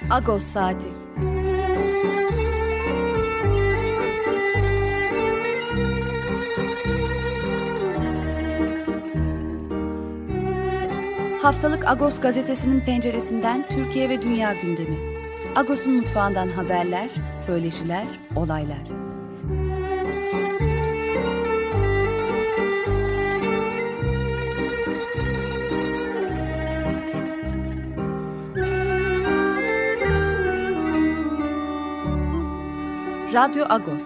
Agos Saati. Haftalık Agos gazetesinin penceresinden Türkiye ve dünya gündemi. Agos'un mutfağından haberler, söyleşiler, olaylar. Radyo Agos.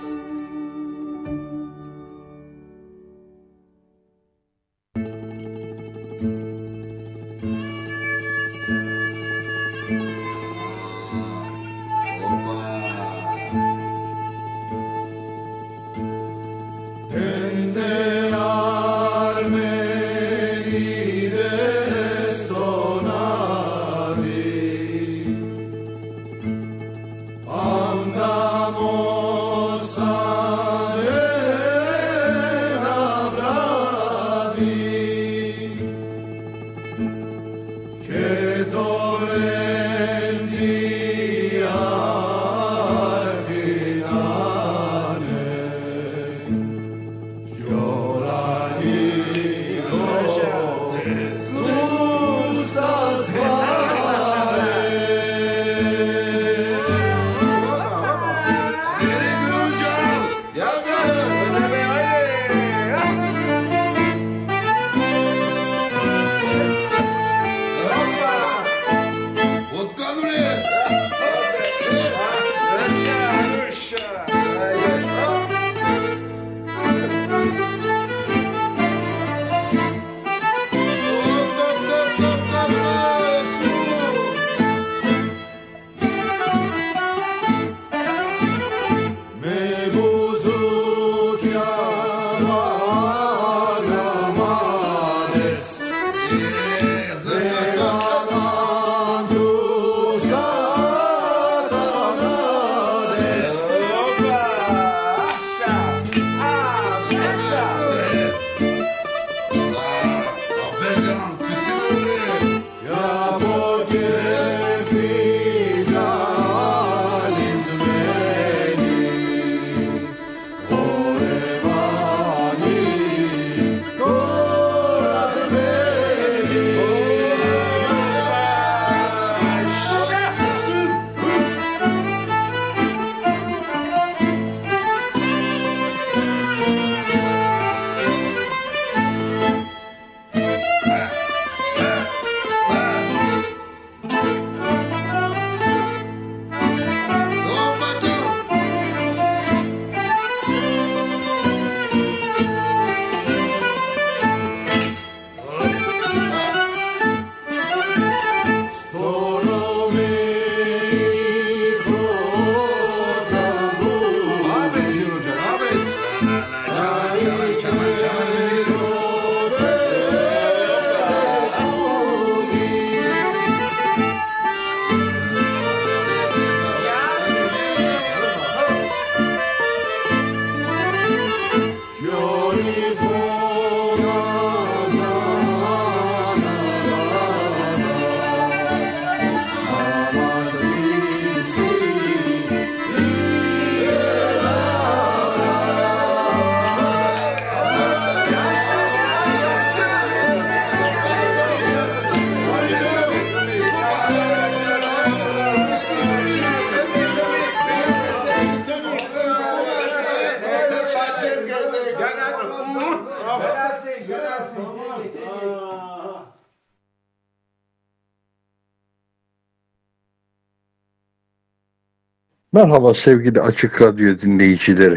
Merhaba sevgili Açık Radyo dinleyicileri.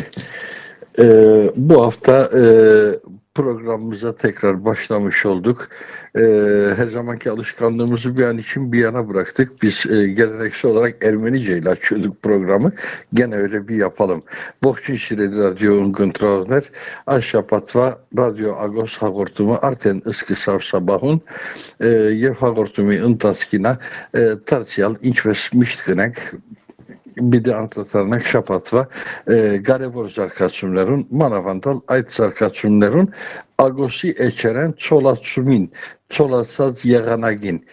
Bu hafta programımıza tekrar başlamış olduk. Her zamanki alışkanlığımızı bir an için bir yana bıraktık. Biz geleneksel olarak Ermenice ile açıyorduk programı. Gene öyle bir yapalım. Ողջույն սիրելի ռադիո ընկերներ, այս շաբաթվա ռադիո Agos հաղորդումը արդեն սկսավ սաբահուն եւ հաղորդումի ընթացքին դարձյալ ինչպես միշտ գնանք bir de anlatanlar şafatva կարևոր զարգացումներուն մանավանդալ այդ զարգացումներուն Ագոսի էջերեն ծոլացումին ծոլացած եղանակին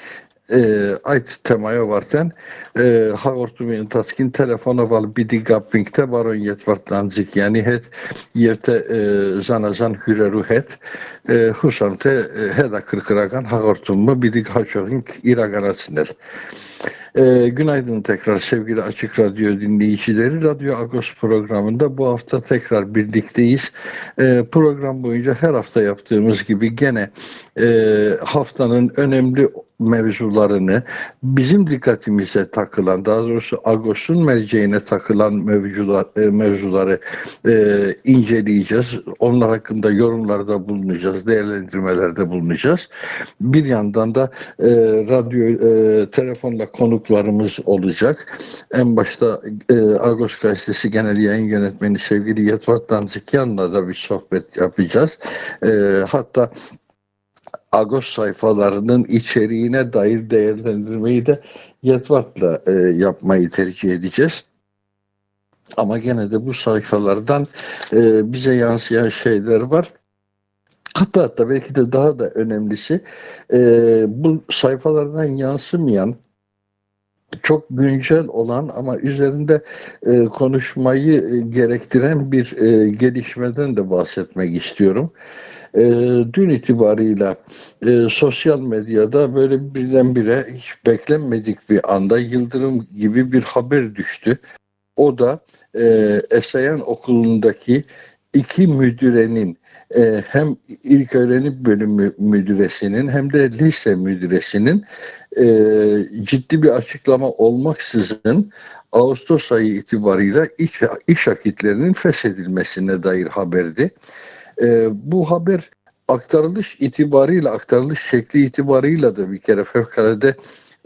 ait temaya varten hagortumin taskin telefonoval bidigappinkte baron yetvartlanzik yani het yerte zanazan hüreruhet husamte heda kırkıragan hagortummu bidig haçoğink iraganasınır. Günaydın tekrar sevgili Açık Radyo dinleyicileri. Radyo Agos programında bu hafta tekrar birlikteyiz. Program boyunca her hafta yaptığımız gibi gene haftanın önemli mevzularını bizim dikkatimize takılan, daha doğrusu Agos'un merceğine takılan mevzuları inceleyeceğiz. Onlar hakkında yorumlarda bulunacağız, değerlendirmelerde bulunacağız. Bir yandan da radyo telefonla konuklarımız olacak. En başta Agos Gazetesi Genel Yayın Yönetmeni sevgili Yetvat Danzikyan'la da bir sohbet yapacağız. Hatta Agos sayfalarının içeriğine dair değerlendirmeyi de Yetvat'la yapmayı tercih edeceğiz. Ama gene de bu sayfalardan bize yansıyan şeyler var. Hatta belki de daha da önemlisi bu sayfalardan yansımayan çok güncel olan ama üzerinde konuşmayı gerektiren bir gelişmeden de bahsetmek istiyorum. Dün itibarıyla sosyal medyada böyle birdenbire hiç beklenmedik bir anda yıldırım gibi bir haber düştü. O da Esayan Okulu'ndaki iki müdürenin hem ilköğrenim bölümü müdüresinin hem de lise müdüresinin ciddi bir açıklama olmaksızın Ağustos ayı itibarıyla iş akitlerinin feshedilmesine dair haberdi. Bu haber aktarılış şekli itibarıyla da bir kere fevkalade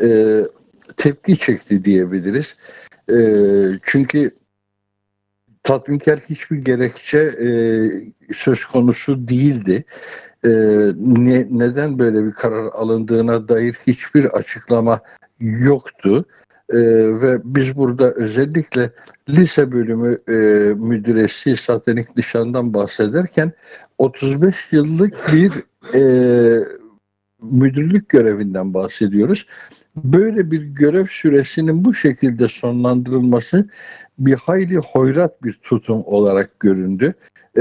tepki çekti diyebiliriz. Çünkü tatminkar hiçbir gerekçe söz konusu değildi. Neden böyle bir karar alındığına dair hiçbir açıklama yoktu. Ve biz burada özellikle lise bölümü müdüresi Satanik Nişan'dan bahsederken 35 yıllık bir müdürlük görevinden bahsediyoruz. Böyle bir görev süresinin bu şekilde sonlandırılması bir hayli hoyrat bir tutum olarak göründü.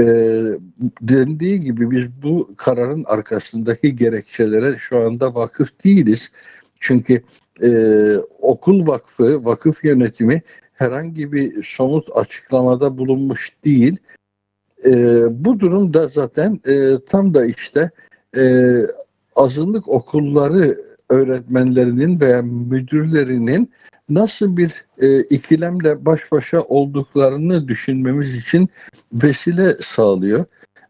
Dendiği gibi biz bu kararın arkasındaki gerekçelere şu anda vakıf değiliz. Çünkü okul vakfı, vakıf yönetimi herhangi bir somut açıklamada bulunmuş değil. Bu durumda zaten tam da işte azınlık okulları öğretmenlerinin veya müdürlerinin nasıl bir ikilemle baş başa olduklarını düşünmemiz için vesile sağlıyor.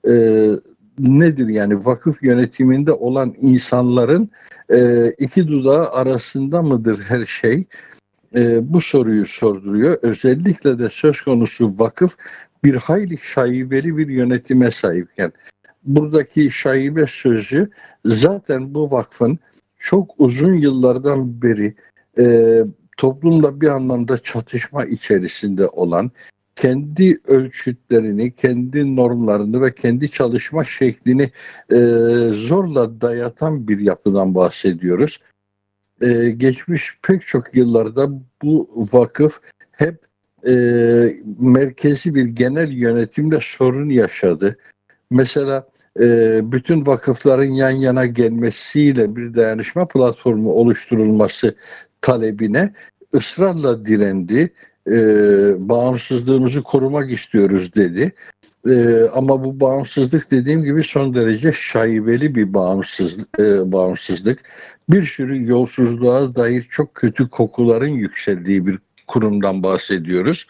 Nedir yani vakıf yönetiminde olan insanların iki dudağı arasında mıdır her şey? Bu soruyu sorduruyor. Özellikle de söz konusu vakıf bir hayli şaibeli bir yönetime sahipken buradaki şaibe sözü zaten bu vakfın çok uzun yıllardan beri toplumla bir anlamda çatışma içerisinde olan, kendi ölçütlerini, kendi normlarını ve kendi çalışma şeklini zorla dayatan bir yapıdan bahsediyoruz. Geçmiş pek çok yıllarda bu vakıf hep merkezi bir genel yönetimle sorun yaşadı. Mesela bütün vakıfların yan yana gelmesiyle bir dayanışma platformu oluşturulması talebine ısrarla direndi. Bağımsızlığımızı korumak istiyoruz dedi. Ama bu bağımsızlık dediğim gibi son derece şaibeli bir bağımsızlık. Bir sürü yolsuzluğa dair çok kötü kokuların yükseldiği bir kurumdan bahsediyoruz.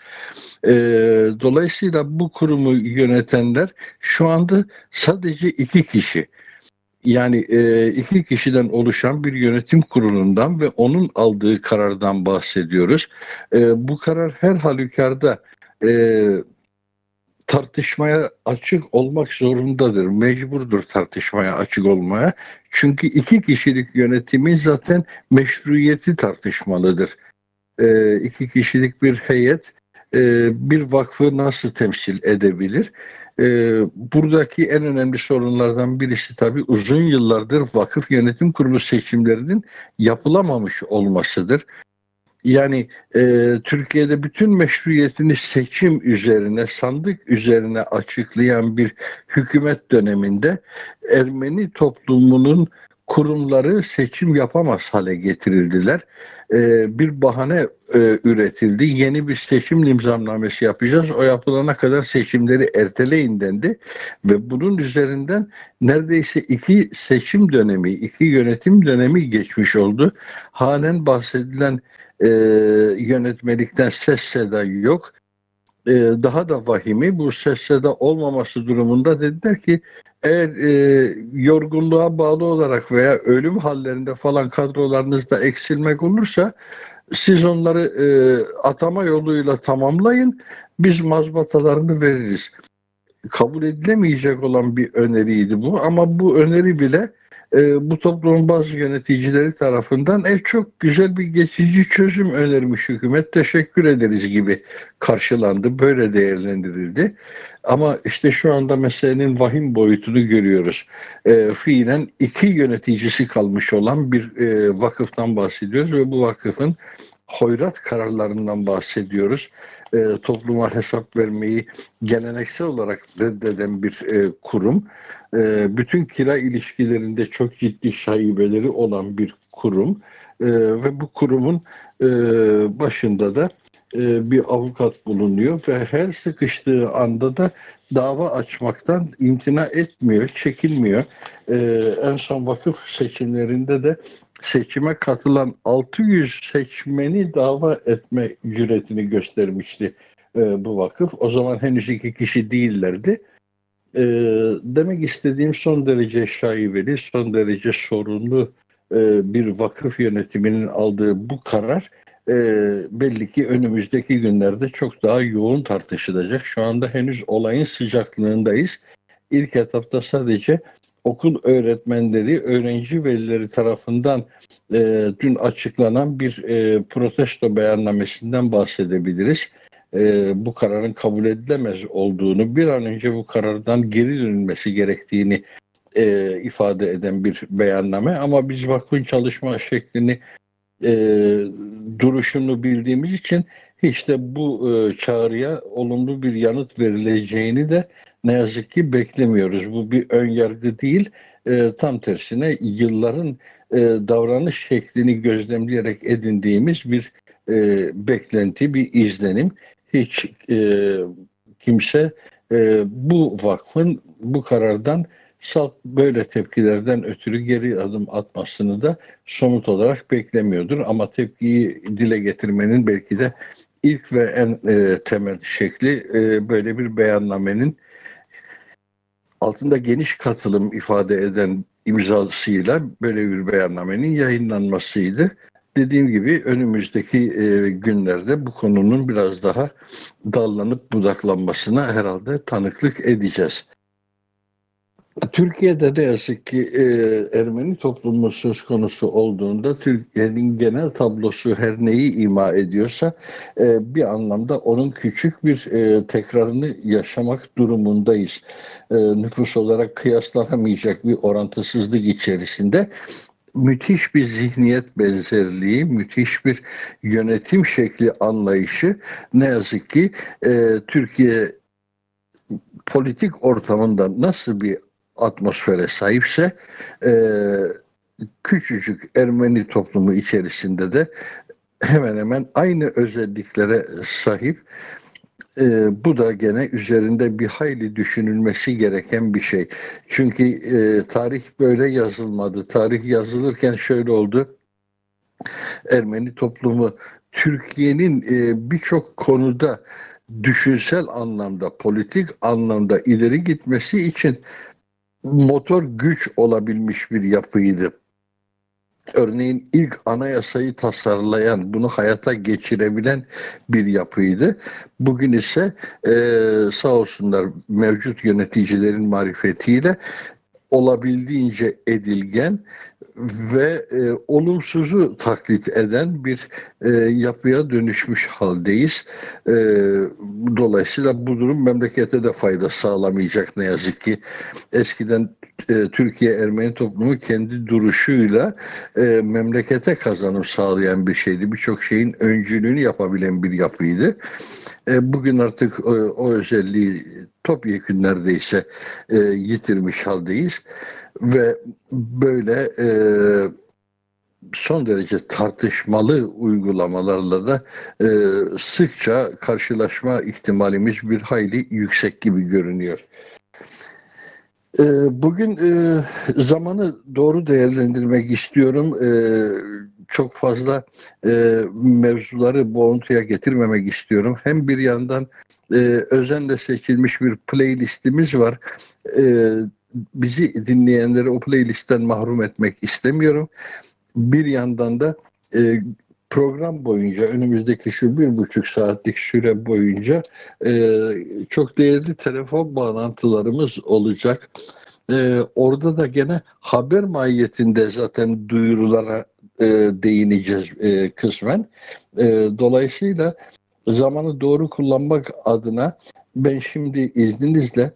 Dolayısıyla bu kurumu yönetenler şu anda sadece iki kişi. Yani iki kişiden oluşan bir yönetim kurulundan ve onun aldığı karardan bahsediyoruz. Bu karar her halükarda tartışmaya açık olmak zorundadır. Mecburdur tartışmaya açık olmaya. Çünkü iki kişilik yönetimin zaten meşruiyeti tartışmalıdır. İki kişilik bir heyet bir vakfı nasıl temsil edebilir? Buradaki en önemli sorunlardan birisi tabii uzun yıllardır vakıf yönetim kurulu seçimlerinin yapılamamış olmasıdır. Yani Türkiye'de bütün meşruiyetini seçim üzerine, sandık üzerine açıklayan bir hükümet döneminde Ermeni toplumunun kurumları seçim yapamaz hale getirildiler. Bir bahane üretildi. Yeni bir seçim nizamnamesi yapacağız. O yapılana kadar seçimleri erteleyin dendi. Ve bunun üzerinden neredeyse iki seçim dönemi, iki yönetim dönemi geçmiş oldu. Halen bahsedilen yönetmelikten ses seda yok. Daha da vahimi bu ses seda olmaması durumunda dediler ki eğer yorgunluğa bağlı olarak veya ölüm hallerinde falan kadrolarınızda eksilmek olursa siz onları atama yoluyla tamamlayın, biz mazbatalarını veririz. Kabul edilemeyecek olan bir öneriydi bu ama bu öneri bile bu toplumun bazı yöneticileri tarafından çok güzel bir geçici çözüm önermiş hükümet, teşekkür ederiz gibi karşılandı, böyle değerlendirildi. Ama işte şu anda meselenin vahim boyutunu görüyoruz. Fiilen iki yöneticisi kalmış olan bir vakıftan bahsediyoruz ve bu vakıfın hoyrat kararlarından bahsediyoruz. Topluma hesap vermeyi geleneksel olarak reddeden bir kurum. Bütün kira ilişkilerinde çok ciddi şaibeleri olan bir kurum. Ve bu kurumun başında da bir avukat bulunuyor ve her sıkıştığı anda da dava açmaktan imtina etmiyor, çekinmiyor. En son vakıf seçimlerinde de seçime katılan 600 seçmeni dava etme cüretini göstermişti bu vakıf. O zaman henüz iki kişi değillerdi. Demek istediğim son derece şaibeli, son derece sorunlu bir vakıf yönetiminin aldığı bu karar belli ki önümüzdeki günlerde çok daha yoğun tartışılacak. Şu anda henüz olayın sıcaklığındayız. İlk etapta sadece okul öğretmenleri, öğrenci velileri tarafından dün açıklanan bir protesto beyannamesinden bahsedebiliriz. Bu kararın kabul edilemez olduğunu, bir an önce bu karardan geri dönülmesi gerektiğini ifade eden bir beyanname. Ama biz vakfın çalışma şeklini, duruşunu bildiğimiz için hiç de bu çağrıya olumlu bir yanıt verileceğini de ne yazık ki beklemiyoruz. Bu bir ön yargı değil, tam tersine yılların davranış şeklini gözlemleyerek edindiğimiz bir beklenti, bir izlenim. Hiç kimse bu vakfın bu karardan salt böyle tepkilerden ötürü geri adım atmasını da somut olarak beklemiyordur. Ama tepkiyi dile getirmenin belki de ilk ve en temel şekli böyle bir beyannamenin altında geniş katılım ifade eden imzasıyla böyle bir beyannamenin yayınlanmasıydı. Dediğim gibi önümüzdeki günlerde bu konunun biraz daha dallanıp budaklanmasına herhalde tanıklık edeceğiz. Türkiye'de de yazık ki Ermeni toplumu söz konusu olduğunda Türkiye'nin genel tablosu her neyi ima ediyorsa bir anlamda onun küçük bir tekrarını yaşamak durumundayız. Nüfus olarak kıyaslanamayacak bir orantısızlık içerisinde müthiş bir zihniyet benzerliği, müthiş bir yönetim şekli anlayışı ne yazık ki Türkiye politik ortamında nasıl bir atmosfere sahipse küçücük Ermeni toplumu içerisinde de hemen hemen aynı özelliklere sahip. Bu da gene üzerinde bir hayli düşünülmesi gereken bir şey. Çünkü tarih böyle yazılmadı. Tarih yazılırken şöyle oldu. Ermeni toplumu Türkiye'nin birçok konuda düşünsel anlamda, politik anlamda ileri gitmesi için motor güç olabilmiş bir yapıydı. Örneğin ilk anayasayı tasarlayan, bunu hayata geçirebilen bir yapıydı. Bugün ise sağ olsunlar mevcut yöneticilerin marifetiyle olabildiğince edilgen ve olumsuzu taklit eden bir yapıya dönüşmüş haldeyiz. Dolayısıyla bu durum memlekete de fayda sağlamayacak ne yazık ki. Eskiden Türkiye Ermeni toplumu kendi duruşuyla memlekete kazanım sağlayan bir şeydi. Birçok şeyin öncülüğünü yapabilen bir yapıydı. Bugün artık o özelliği topyekün neredeyse yitirmiş haldeyiz ve böyle son derece tartışmalı uygulamalarla da sıkça karşılaşma ihtimalimiz bir hayli yüksek gibi görünüyor. Bugün zamanı doğru değerlendirmek istiyorum. Çok fazla mevzuları boğuntuya getirmemek istiyorum. Hem bir yandan özenle seçilmiş bir playlistimiz var. Bizi dinleyenleri o playlistten mahrum etmek istemiyorum. Bir yandan da program boyunca, önümüzdeki şu 1,5 saatlik süre boyunca çok değerli telefon bağlantılarımız olacak. Orada da gene haber mahiyetinde zaten duyurulara değineceğiz kısmen. Dolayısıyla zamanı doğru kullanmak adına ben şimdi izninizle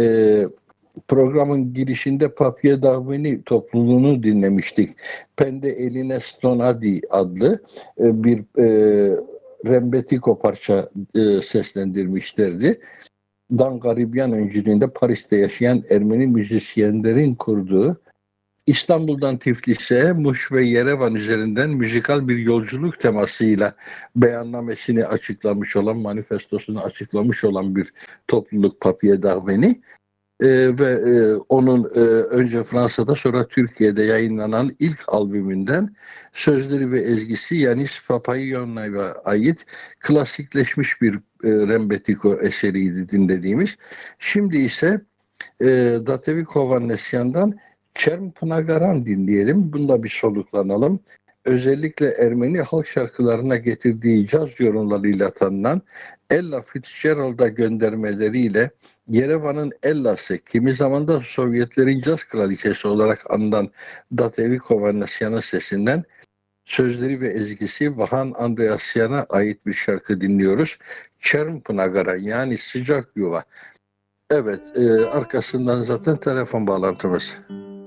programın girişinde Papye Daveni topluluğunu dinlemiştik. Pende Eline Stonadi adlı bir Rembetiko parça seslendirmişlerdi. Dan Garibyan öncülüğünde Paris'te yaşayan Ermeni müzisyenlerin kurduğu, İstanbul'dan Tiflis'e, Muş ve Yerevan üzerinden müzikal bir yolculuk temasıyla beyannamesini açıklamış olan, manifestosunu açıklamış olan bir topluluk Papye Daveni. Ve onun önce Fransa'da sonra Türkiye'de yayınlanan ilk albümünden sözleri ve ezgisi Yanis Papayonna'ya ait klasikleşmiş bir Rembetiko eseriydi dinlediğimiz. Şimdi ise Datevi Kovannesyan'dan Çerm Pınagaran dinleyelim. Bunda bir soluklanalım. Özellikle Ermeni halk şarkılarına getirdiği caz yorumlarıyla tanınan Ella Fitzgerald'a göndermeleriyle Yerevan'ın Ella'sı, kimi zaman da Sovyetlerin caz kraliçesi olarak anılan Datevi Kovannesyan'ın sesinden sözleri ve ezgisi Vahan Andreasyan'a ait bir şarkı dinliyoruz. Çerm Pınagaran, yani sıcak yuva. Evet, arkasından zaten telefon bağlantımız.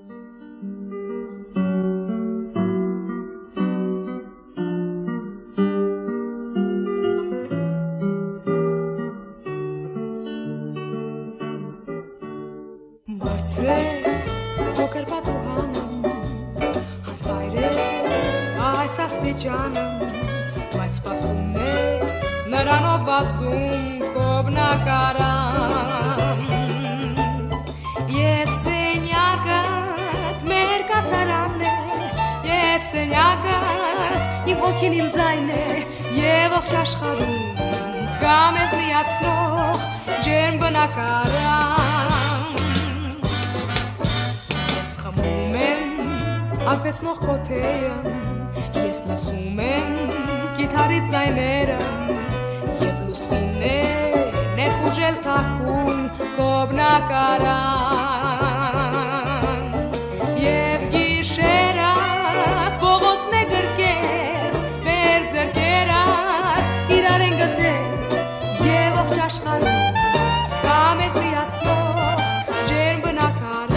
Աստիճանում, բայց սպասում է նրանով ասում կողմնակարան Եվ սենյակդ մեր կացարանն է Եվ սենյակդ իմ հոգին իմ ձայն է Եվ ողջ աշխարհում կա մեզ միացնող ջերմ բնակարան Ես խմում եմ ակվեցնող կոթեյը Ես լսում եմ կիթարի ձայները Եվ լուսինեն է խուժել թաքուն կողմնակարան Եվ գիշերը փողոցն է գրկել Մեր ձեռքերը իրար են գտել Եվ ողջ աշխարհում կա մեզ միացնող ջերմ բնակարան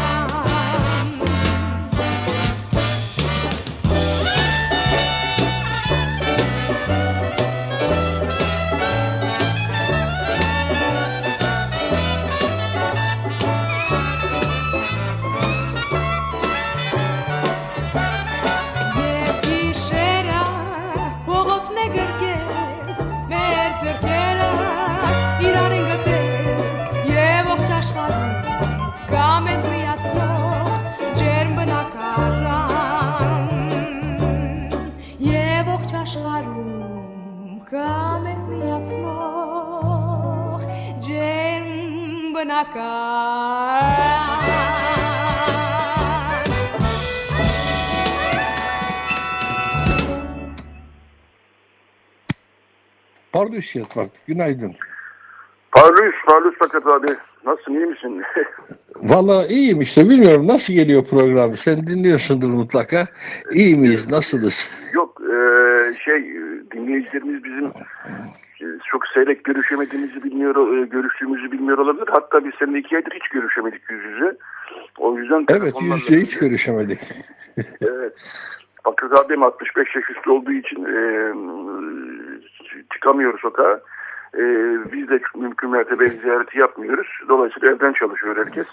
Parlus Yatmak, günaydın. Parlus Paket abi. Nasılsın, iyi misin? Vallahi iyiyim işte, bilmiyorum nasıl geliyor program. Sen dinliyorsundur mutlaka. İyi miyiz? Nasılız? Yok, dinleyicilerimiz bizim çok seyrek görüşemediğimizi bilmiyor, görüştüğümüzü bilmiyor olabilir. Hatta biz seninle 2 aydır hiç görüşemedik yüz yüze. O yüzden Evet, yüz yüze hiç görüşemedik. Evet. Bakır abim 65 yaş üstü olduğu için çıkamıyor sokağa. Biz de mümkün mertebe ziyareti yapmıyoruz. Dolayısıyla evden çalışıyor herkes.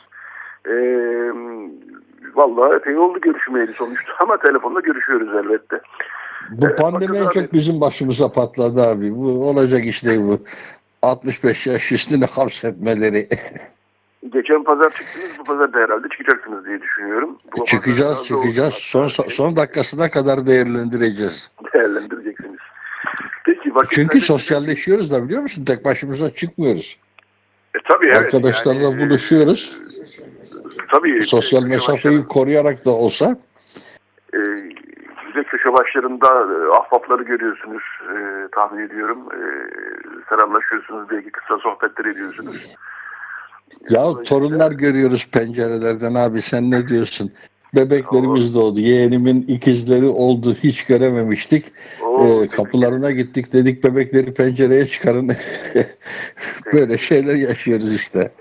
Vallahi epey oldu görüşmeyeli sonuçta ama telefonda görüşüyoruz elbette. Bu pandemi en çok bizim başımıza patladı abi. Bu olacak iş değil bu. 65 yaş üstünü hapsetmeleri. Geçen pazar çıktınız, bu pazar da herhalde çıkacaksınız diye düşünüyorum. Çıkacağız. Son dakikasına kadar değerlendireceğiz. Değerlendireceksiniz. Peki, çünkü sosyalleşiyoruz da, biliyor musun? Tek başımıza çıkmıyoruz. Tabii, evet. Arkadaşlarla buluşuyoruz. Tabii. Sosyal mesafeyi koruyarak da olsa. Güzel köşe başlarında ahbapları görüyorsunuz, tahmin ediyorum. Selamlaşıyorsunuz, belki kısa sohbetler ediyorsunuz. Ya torunlar görüyoruz pencerelerden abi, sen ne diyorsun? Bebeklerimiz doğdu. Yeğenimin ikizleri oldu. Hiç görememiştik. Kapılarına gittik, dedik bebekleri pencereye çıkarın. Böyle şeyler yaşıyoruz işte.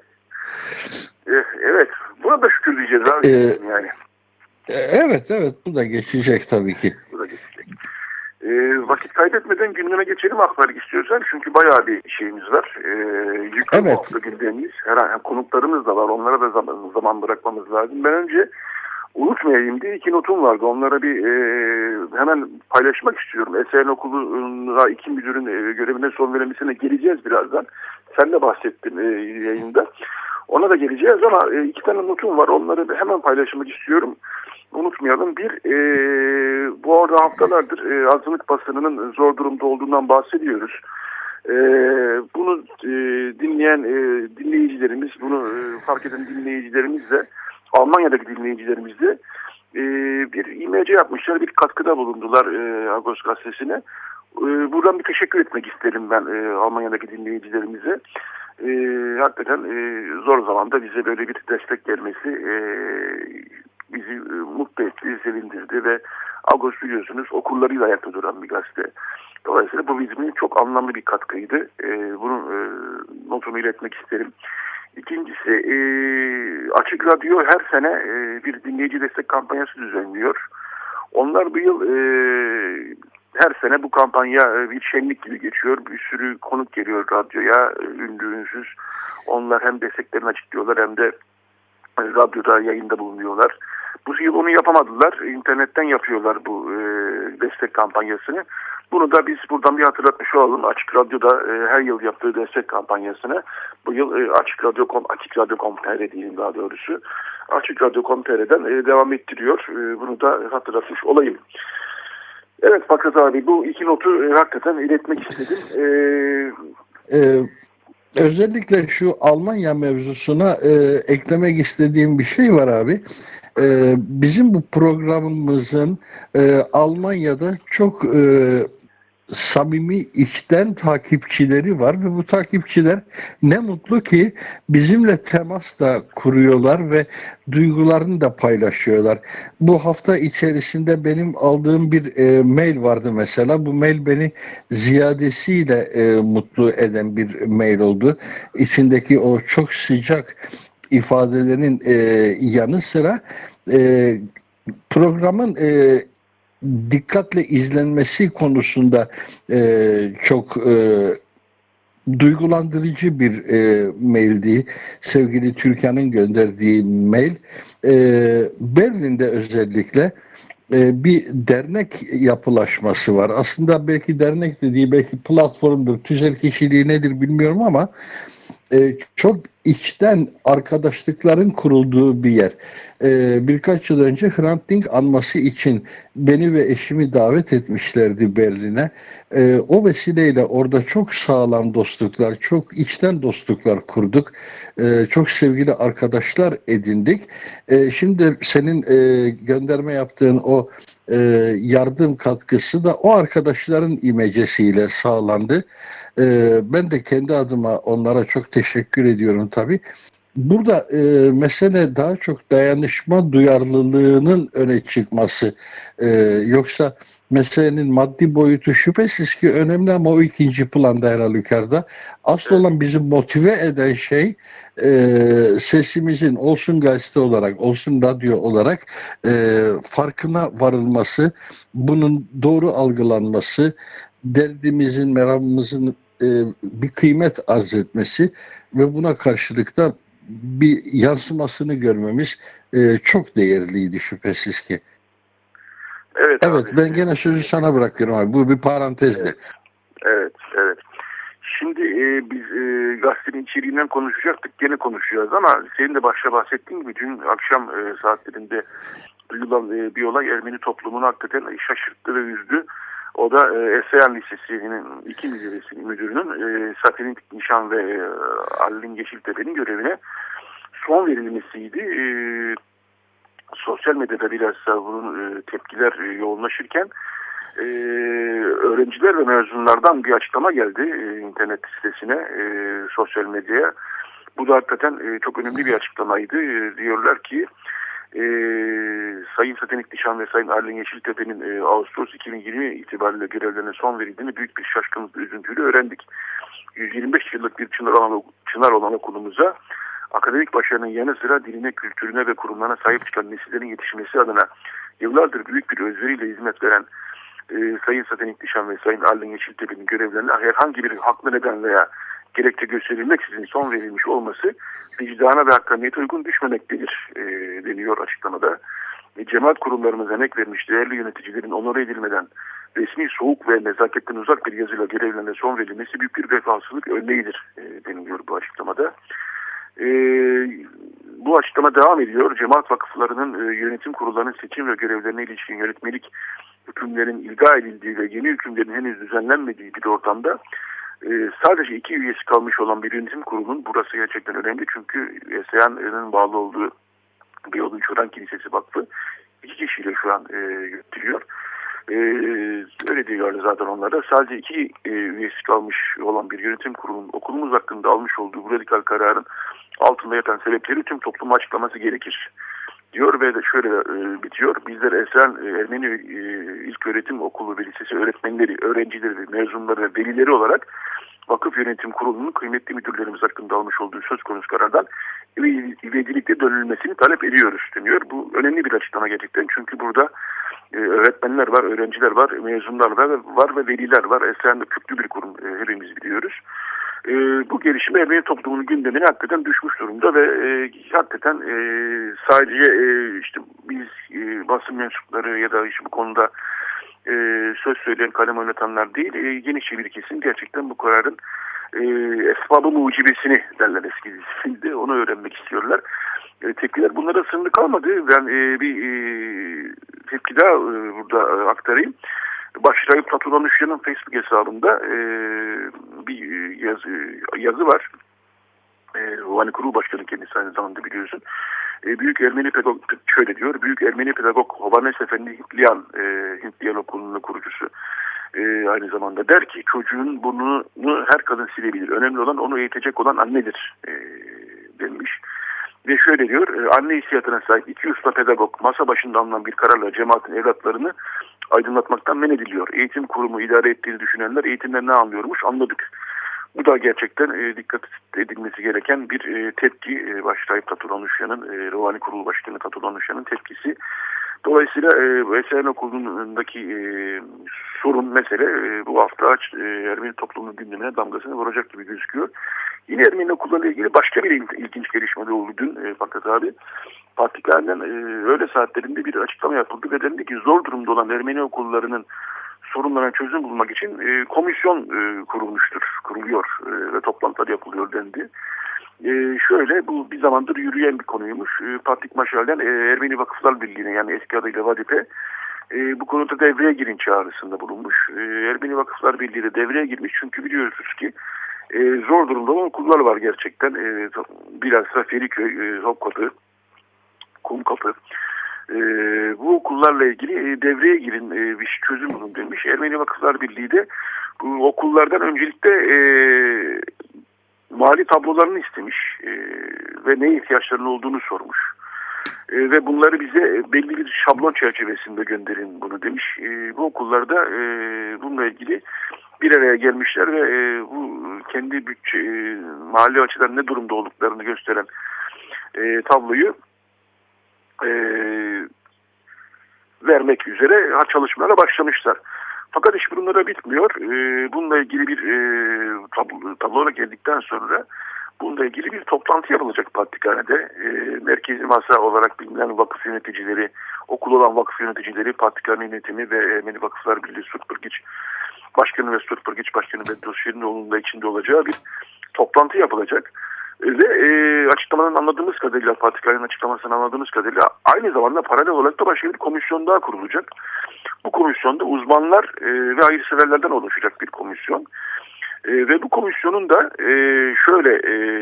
Evet. Buna da şükür diyeceğiz abi. Yani. Evet. Bu da geçecek tabii ki. Bu da geçecek. Vakit kaybetmeden gündeme geçelim Akberk istiyorsan. Çünkü bayağı bir şeyimiz var. Yüklü bu hafta gündemimiz. Herhalde konuklarımız da var. Onlara da zaman bırakmamız lazım. Ben önce unutmayayım diye 2 notum vardı. Onlara bir hemen paylaşmak istiyorum. Eser'in okuluna 2 müdürün görevine son verilmesine geleceğiz birazdan. Sen de bahsettin yayında. Ona da geleceğiz ama 2 tane notum var. Onları hemen paylaşmak istiyorum. Unutmayalım. Bir, bu arada haftalardır azınlık basınının zor durumda olduğundan bahsediyoruz. Bunu dinleyen dinleyicilerimiz, bunu fark eden dinleyicilerimiz de, Almanya'daki dinleyicilerimiz de bir imece yapmışlar, bir katkıda bulundular Agos gazetesine. Buradan bir teşekkür etmek isterim ben Almanya'daki dinleyicilerimize. Hakikaten zor zamanda bize böyle bir destek gelmesi bizi mutlu etti, sevindirdi ve Agos biliyorsunuz okurlarıyla ayakta duran bir gazete. Dolayısıyla bu bizim için çok anlamlı bir katkıydı. Bunun notunu iletmek isterim. İkincisi, Açık Radyo her sene bir dinleyici destek kampanyası düzenliyor. Onlar bu yıl her sene bu kampanya bir şenlik gibi geçiyor. Bir sürü konuk geliyor radyoya, ünlü ünsüz. Onlar hem desteklerini açıklıyorlar hem de radyoda yayında bulunuyorlar. Bu yıl onu yapamadılar. İnternetten yapıyorlar bu destek kampanyasını. Bunu da biz buradan bir hatırlatmış olalım. Açık Radyo'da her yıl yaptığı destek kampanyasını bu yıl açıkradyo.com.tr diyelim daha doğrusu. Açıkradyo.com.tr'den devam ettiriyor. Bunu da hatırlatmış olayım. Evet Fakat abi, bu 2 notu hakikaten iletmek istedim. Özellikle şu Almanya mevzusuna eklemek istediğim bir şey var abi. Bizim bu programımızın Almanya'da çok samimi içten takipçileri var ve bu takipçiler ne mutlu ki bizimle temas da kuruyorlar ve duygularını da paylaşıyorlar. Bu hafta içerisinde benim aldığım bir mail vardı mesela. Bu mail beni ziyadesiyle mutlu eden bir mail oldu. İçindeki o çok sıcak ifadelerin yanı sıra programın dikkatle izlenmesi konusunda çok duygulandırıcı bir maildi. Sevgili Türkan'ın gönderdiği mail. Berlin'de özellikle bir dernek yapılaşması var. Aslında belki dernek dediği belki platformdur. Tüzel kişiliği nedir bilmiyorum ama çok içten arkadaşlıkların kurulduğu bir yer. Birkaç yıl önce Hrant Dink anması için beni ve eşimi davet etmişlerdi Berlin'e. O vesileyle orada çok sağlam dostluklar, çok içten dostluklar kurduk. Çok sevgili arkadaşlar edindik. Şimdi senin gönderme yaptığın o yardım katkısı da o arkadaşların imecesiyle sağlandı. Ben de kendi adıma onlara çok teşekkür ediyorum tabii. Burada mesele daha çok dayanışma duyarlılığının öne çıkması. Yoksa meselenin maddi boyutu şüphesiz ki önemli ama o ikinci planda her halükarda. Asıl olan bizi motive eden şey sesimizin olsun gazete olarak, olsun radyo olarak farkına varılması, bunun doğru algılanması, derdimizin, meramımızın bir kıymet arz etmesi ve buna karşılık da bir yansımasını görmemiz çok değerliydi şüphesiz ki. Evet, abi. Ben gene sözü sana bırakıyorum abi. Bu bir parantezdi. Evet. Şimdi biz gazetenin içeriğinden konuşacaktık. Gene konuşacağız ama senin de başta bahsettiğin gibi dün akşam saatlerinde duyulan bir olay Ermeni toplumunu hakikaten şaşırttı ve üzdü. O da Esayan Lisesi'nin 2 müdürünün Safiye Nişan ve Allin Yeşiltepe'nin görevine son verilmesiydi. Sosyal medyada bilhassa bunun tepkiler yoğunlaşırken öğrenciler ve mezunlardan bir açıklama geldi internet sitesine, sosyal medyaya. Bu da hakikaten çok önemli bir açıklamaydı. Diyorlar ki Sayın Safiye Nişan ve Sayın Allin Yeşiltepe'nin Ağustos 2020 itibariyle görevlerine son verildiğini büyük bir şaşkınlık ve üzüntüyle öğrendik. 125 yıllık bir çınar olan okulumuza akademik başarının yanı sıra diline, kültürüne ve kurumlarına sahip çıkan nesillerin yetişmesi adına yıllardır büyük bir özveriyle hizmet veren Sayın Safiye Nişan ve Sayın Allin Yeşiltepe'nin görevlerine herhangi bir haklı neden veya gerekçe gösterilmeksizin son verilmiş olması vicdana ve hakkaniyete uygun düşmemektedir deniyor açıklamada. Cemaat kurumlarımıza emek vermiş değerli yöneticilerin onore edilmeden resmi, soğuk ve nezaketten uzak bir yazıyla görevlerine son verilmesi büyük bir vefasızlık örneğidir deniliyor bu açıklamada. Bu açıklama devam ediyor. Cemaat vakıflarının yönetim kurullarının seçim ve görevlerine ilişkin yönetmelik hükümlerin ilga edildiği ve yeni hükümlerin henüz düzenlenmediği bir ortamda sadece 2 üyesi kalmış olan bir yönetim kurulunun, burası gerçekten önemli çünkü ESEAN'ın bağlı olduğu Beyoğlu'nun Çoran Kilisesi Vakfı 2 kişiyle şu an yönetiliyor. Öyle diyorlar zaten onlara. Sadece 2 üyesi kalmış olan bir yönetim kurulunun okulumuz hakkında almış olduğu bu radikal kararın altında yatan sebepleri tüm topluma açıklaması gerekir diyor ve de şöyle bitiyor. Bizler Ermeni İlköğretim Okulu ve Lisesi öğretmenleri, öğrencileri, mezunları ve velileri olarak Vakıf Yönetim Kurulu'nun kıymetli müdürlerimiz hakkında almış olduğu söz konusu karardan ivedilikle dönülmesini talep ediyoruz deniyor. Bu önemli bir açıklama gerçekten çünkü burada öğretmenler var, öğrenciler var, mezunlar var ve veliler var. Esayan köklü bir kurum, hepimiz biliyoruz. Bu gelişme Ermeni toplumunun gündemine hakikaten düşmüş durumda ve hakikaten sadece işte biz basın mensupları ya da işte bu konuda söz söyleyen, kalem oynatanlar değil, genişçe bir kesim gerçekten bu kararın esbabı mucibesini derler eski dilde, onu öğrenmek istiyorlar. Tepkiler bunlara sınırlı kalmadı. Ben bir tepki daha burada aktarayım. Başrahip Fethullah Nuşyan'ın Facebook hesabında bir yazı var. Rovani Kurulu Başkanı kendisi aynı zamanda biliyorsun. Büyük Ermeni pedagog şöyle diyor. Büyük Ermeni pedagog Hovannes Efendi Hintliyan Okulu'nun kurucusu. Aynı zamanda der ki çocuğun burnunu her kadın silebilir. Önemli olan onu eğitecek olan annedir denmiş. Ve şöyle diyor, anne hissiyatına sahip 2 usta pedagog masa başında alınan bir kararla cemaatin evlatlarını aydınlatmaktan men ediliyor. Eğitim kurumu idare ettiğini düşünenler eğitimden ne anlıyormuş anladık. Bu da gerçekten dikkat edilmesi gereken bir tepki. Başrahip Fethullah Nuşyan'ın, Rovani Kurulu Başkanı Fethullah Nuşyan'ın tepkisi. Dolayısıyla Esayan Okulu'ndaki sorun mesele bu hafta Ermeni toplumunun gündemine damgasını vuracak gibi gözüküyor. Yine Ermeni okullarıyla ilgili başka bir ilginç gelişme de oldu dün Fakat abi. Partilerden öğle saatlerinde bir açıklama yapıldı ve dendi ki zor durumda olan Ermeni okullarının sorunlarına çözüm bulmak için komisyon kuruluyor ve toplantılar yapılıyor dendi. Şöyle bu bir zamandır yürüyen bir konuymuş. Patrik Maşal'den Ermeni Vakıflar Birliği'ne yani eski adıyla VADİP'e bu konuda devreye girin çağrısında bulunmuş. Ermeni Vakıflar Birliği de devreye girmiş çünkü biliyorsunuz ki zor durumda olan okullar var gerçekten. Bilhassa Feriköy, Topkapı, Kumkapı. Bu okullarla ilgili devreye girin, bir çözüm bulun demiş. Ermeni Vakıflar Birliği de bu okullardan öncelikle mali tablolarını istemiş ve neye ihtiyaçlarının olduğunu sormuş. Ve bunları bize belli bir şablon çerçevesinde gönderin bunu demiş. Bu okullarda bununla ilgili bir araya gelmişler ve bu kendi bütçe, mali açıdan ne durumda olduklarını gösteren tabloyu vermek üzere çalışmalara başlamışlar. Fakat iş bunlara bitmiyor. Bununla ilgili bir tabloya geldikten sonra bununla ilgili bir toplantı yapılacak Patrikhane'de. Merkezi masa olarak bilinen vakıf yöneticileri, okul olan vakıf yöneticileri, Patrikhane yönetimi ve Ermeni Vakıflar Birliği Sutpurgiç Başkanı ve Sutpurgiç Başkanı Bedros Şirinoğlu'nun da içinde olacağı bir toplantı yapılacak. Ve açıklamadan anladığımız kadarıyla, Patrikhane'nin açıklamasından anladığımız kadarıyla aynı zamanda paralel olarak da başka bir komisyon daha kurulacak. Bu komisyonda uzmanlar ve hayırseverlerden oluşacak bir komisyon. Ve bu komisyonun da şöyle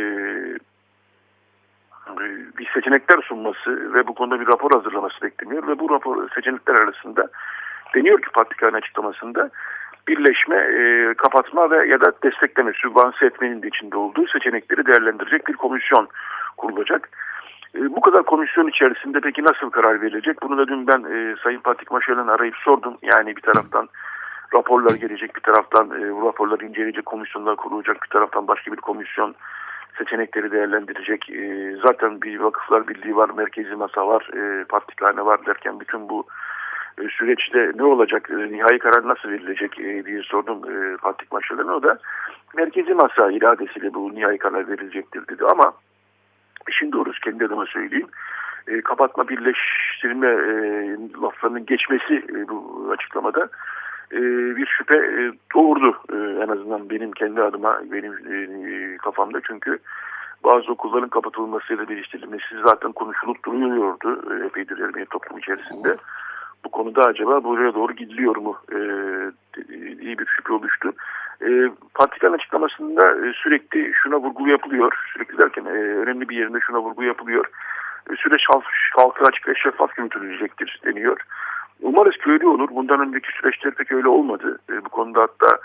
bir seçenekler sunması ve bu konuda bir rapor hazırlaması bekleniyor. Ve bu rapor seçenekler arasında deniyor ki Patrikhane açıklamasında birleşme, kapatma ve ya da destekleme, sübvanse etmenin de içinde olduğu seçenekleri değerlendirecek bir komisyon kurulacak. Bu kadar komisyon içerisinde peki nasıl karar verilecek? Bunu da dün ben Sayın Patrik Maşalan'ı arayıp sordum. Yani bir taraftan raporlar gelecek, bir taraftan bu raporları inceleyecek komisyonlar kurulacak, bir taraftan başka bir komisyon seçenekleri değerlendirecek. Zaten bir Vakıflar Birliği var, Merkezi Masa var, Patrikhane var derken bütün bu süreçte ne olacak, nihai karar nasıl verilecek diye sordum Patrik Maşalan'a. O da Merkezi Masa iradesiyle bu nihai karar verilecektir dedi ama işin doğrusu kendi adıma söyleyeyim. Kapatma, birleştirme laflarının geçmesi bu açıklamada bir şüphe doğurdu en azından benim kendi adıma, benim kafamda. Çünkü bazı okulların kapatılmasıyla değiştirilmesi zaten konuşulup duruyordu epeydir Ermeni toplum içerisinde. Bu konuda acaba buraya doğru gidiliyor mu diye bir şüphe oluştu. Patrikhane açıklamasında sürekli şuna vurgu yapılıyor. Sürekli derken önemli bir yerinde şuna vurgu yapılıyor. Süreç halka açık ve şeffaf yürütülecektir deniyor. Umarız ki öyle olur. Bundan önceki süreçler pek öyle olmadı. Bu konuda hatta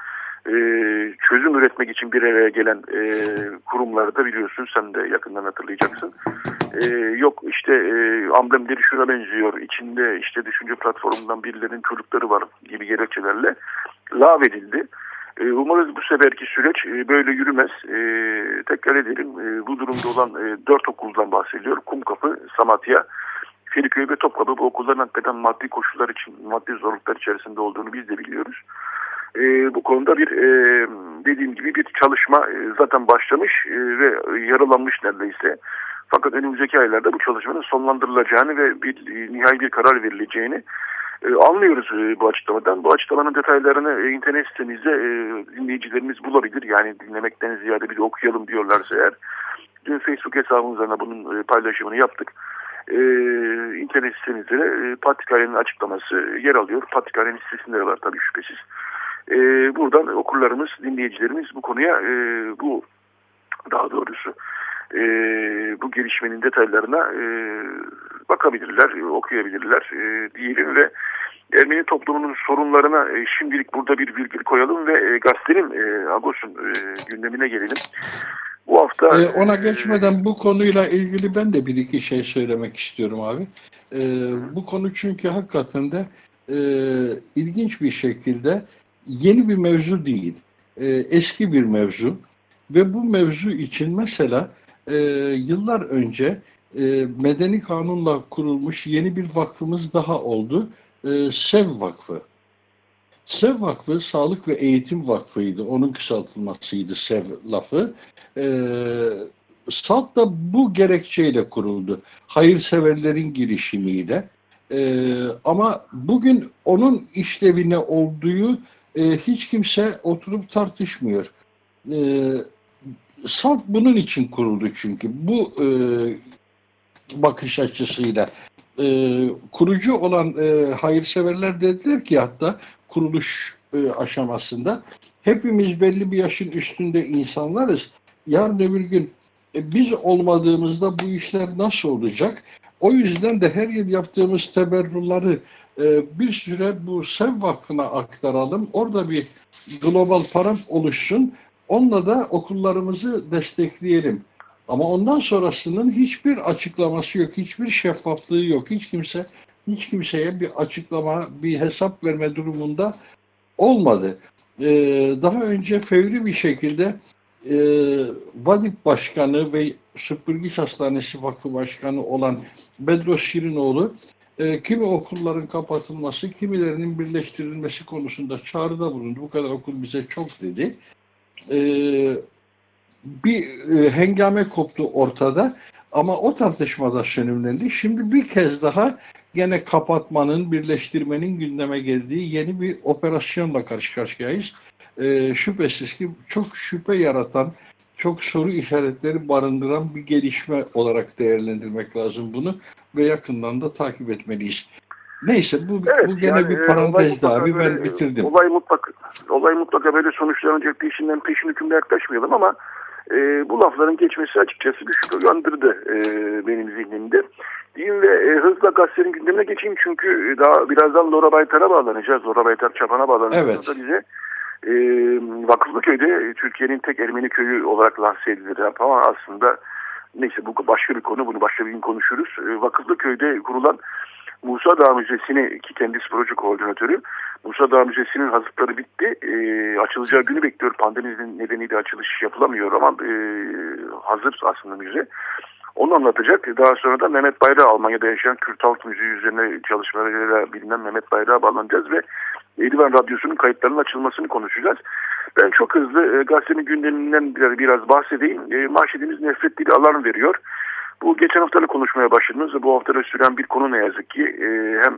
çözüm üretmek için bir araya gelen kurumlarda biliyorsun, sen de yakından hatırlayacaksın. Yok işte amblemleri şuna benziyor, içinde işte düşünce platformundan birilerinin çocukları var gibi gerekçelerle lağvedildi. Umarız bu seferki süreç böyle yürümez. Tekrar edelim, bu durumda olan 4 okuldan bahsediyor. Kumkapı, Samatya, Feriköy ve Topkapı. Bu okulların hakikaten maddi koşullar için, maddi zorluklar içerisinde olduğunu biz de biliyoruz. Bu konuda bir dediğim gibi bir çalışma zaten başlamış ve yaralanmış neredeyse. Fakat önümüzdeki aylarda bu çalışmanın sonlandırılacağını ve nihai bir karar verileceğini anlıyoruz bu açıklamadan. Bu açıklamanın detaylarını internet sitemizde dinleyicilerimiz bulabilir. Yani dinlemekten ziyade bir de okuyalım diyorlarsa eğer. Dün Facebook hesabımızdan bunun paylaşımını yaptık. İnternet sitemizde de Patrikhane'nin açıklaması yer alıyor. Patrikhane'nin sitesinde de var tabii şüphesiz. Buradan okurlarımız, dinleyicilerimiz bu konuya bu gelişmenin detaylarına bakabilirler, okuyabilirler diyelim ve Ermeni toplumunun sorunlarına şimdilik burada bir virgül koyalım ve gazetenin Agos'un gündemine gelelim. Bu hafta ona geçmeden bu konuyla ilgili ben de bir iki şey söylemek istiyorum abi. Bu konu çünkü hakikaten de ilginç bir şekilde yeni bir mevzu değil. Eski bir mevzu ve bu mevzu için mesela yıllar önce medeni kanunla kurulmuş yeni bir vakfımız daha oldu. SEV Vakfı. SEV Vakfı Sağlık ve Eğitim Vakfı'ydı. Onun kısaltılmasıydı SEV lafı. SALT da bu gerekçeyle kuruldu. Hayırseverlerin girişimiyle. Ama bugün onun işlevine olduğu hiç kimse oturup tartışmıyor. SALT bunun için kuruldu çünkü. Bu bakış açısıyla. Kurucu olan hayırseverler dediler ki hatta kuruluş aşamasında hepimiz belli bir yaşın üstünde insanlarız. Yarın öbür gün biz olmadığımızda bu işler nasıl olacak? O yüzden de her yıl yaptığımız teberruları bir süre bu SEV Vakfı'na aktaralım. Orada bir global para oluşsun. Onunla da okullarımızı destekleyelim. Ama ondan sonrasının hiçbir açıklaması yok, hiçbir şeffaflığı yok. Hiç kimseye bir açıklama, bir hesap verme durumunda olmadı. Daha önce fevri bir şekilde VADİP Başkanı ve Süpürgüç Hastanesi Vakfı Başkanı olan Bedros Şirinoğlu kimi okulların kapatılması, kimilerinin birleştirilmesi konusunda çağrıda bulundu. Bu kadar okul bize çok dedi. Bir hengame koptu ortada ama o tartışmada sönümlendi. Şimdi bir kez daha gene kapatmanın, birleştirmenin gündeme geldiği yeni bir operasyonla karşı karşıyayız. Şüphesiz ki çok şüphe yaratan, çok soru işaretleri barındıran bir gelişme olarak değerlendirmek lazım bunu ve yakından da takip etmeliyiz. Neyse bu gene yani, bir parantezdi abi, ben bitirdim. Olay mutlaka böyle sonuçlanacak diye işinden peşin hükümle yaklaşmayalım ama bu lafların geçmesi açıkçası bir şüphe uyandırdı benim zihnimde. Diyeyim ve hızla gazetenin gündemine geçeyim çünkü daha birazdan Lora Baytar'a bağlanacağız. Lora Baytar Çapan'a bağlanacağız. Evet. Da bize Vakıflıköy'de Türkiye'nin tek Ermeni köyü olarak lanse edilir ama aslında neyse bu başka bir konu, bunu başka bir gün konuşuruz. Vakıflıköy'de kurulan Musa Dağı Müzesi'ni, ki kendisi proje koordinatörü, Musa Dağı Müzesi'nin hazırlıkları bitti. Açılacağı günü bekliyor. Pandemi nedeniyle açılış yapılamıyor ama hazır aslında müze. Onu anlatacak. Daha sonra da Mehmet Bayrak'a, Almanya'da yaşayan Kürt Halk Müziği üzerine çalışmalarıyla bilinen Mehmet Bayrak'a bağlanacağız ve Erivan Radyosu'nun kayıtlarının açılmasını konuşacağız. Ben çok hızlı gazetenin gündeminden biraz bahsedeyim. Manşetimiz nefret dili alarm veriyor. Bu geçen hafta da konuşmaya başladığımız ve bu hafta da süren bir konu ne yazık ki. Hem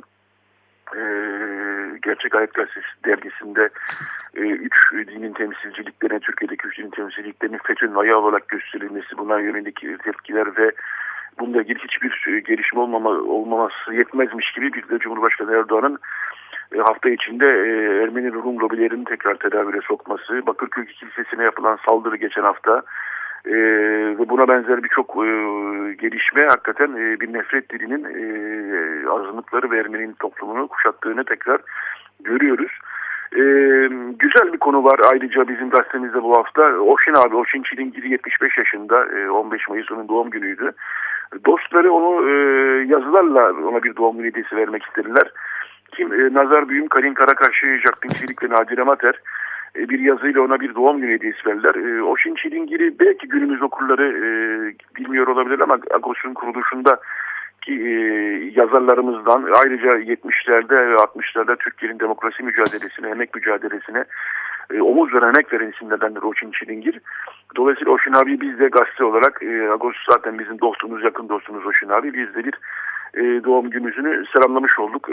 Gerçek Hayat Gazetesi dergisinde 3 dinin temsilciliklerine, Türkiye'deki 3 dinin temsilciliklerinin FETÖ'nün ayağı olarak gösterilmesi, buna yönelik tepkiler ve bununla ilgili hiçbir gelişme olmaması yetmezmiş gibi bir de Cumhurbaşkanı Erdoğan'ın hafta içinde Ermeni Rum lobilerini tekrar tedavüle sokması, Bakırköy Kilisesi'ne yapılan saldırı geçen hafta ve buna benzer birçok gelişme hakikaten bir nefret dilinin azınlıkları ve Ermeni toplumunu kuşattığını tekrar görüyoruz. Güzel bir konu var ayrıca bizim gazetemizde bu hafta. Oşin Çilingiri 75 yaşında, 15 Mayıs onun doğum günüydü. Dostları onu yazılarla ona bir doğum günü hediyesi vermek istediler. Nazar Büyüm, Karin Karakaşçı, Jackpin Çelik ve Nadire Mater bir yazıyla ona bir doğum günü hediyesi verdiler. Oşin Çilingiri belki günümüz okurları bilmiyor olabilir ama Agos'un kuruluşunda ki yazarlarımızdan, ayrıca 70'lerde ve 60'larda Türkiye'nin demokrasi mücadelesine, emek mücadelesine omuz veren, emek veren isimlerdendir Oşin Çilingir. Dolayısıyla Oşin abi biz de gazete olarak, Agos zaten bizim dostumuz, yakın dostumuz Oşin abi, biz de bir doğum gününü selamlamış olduk.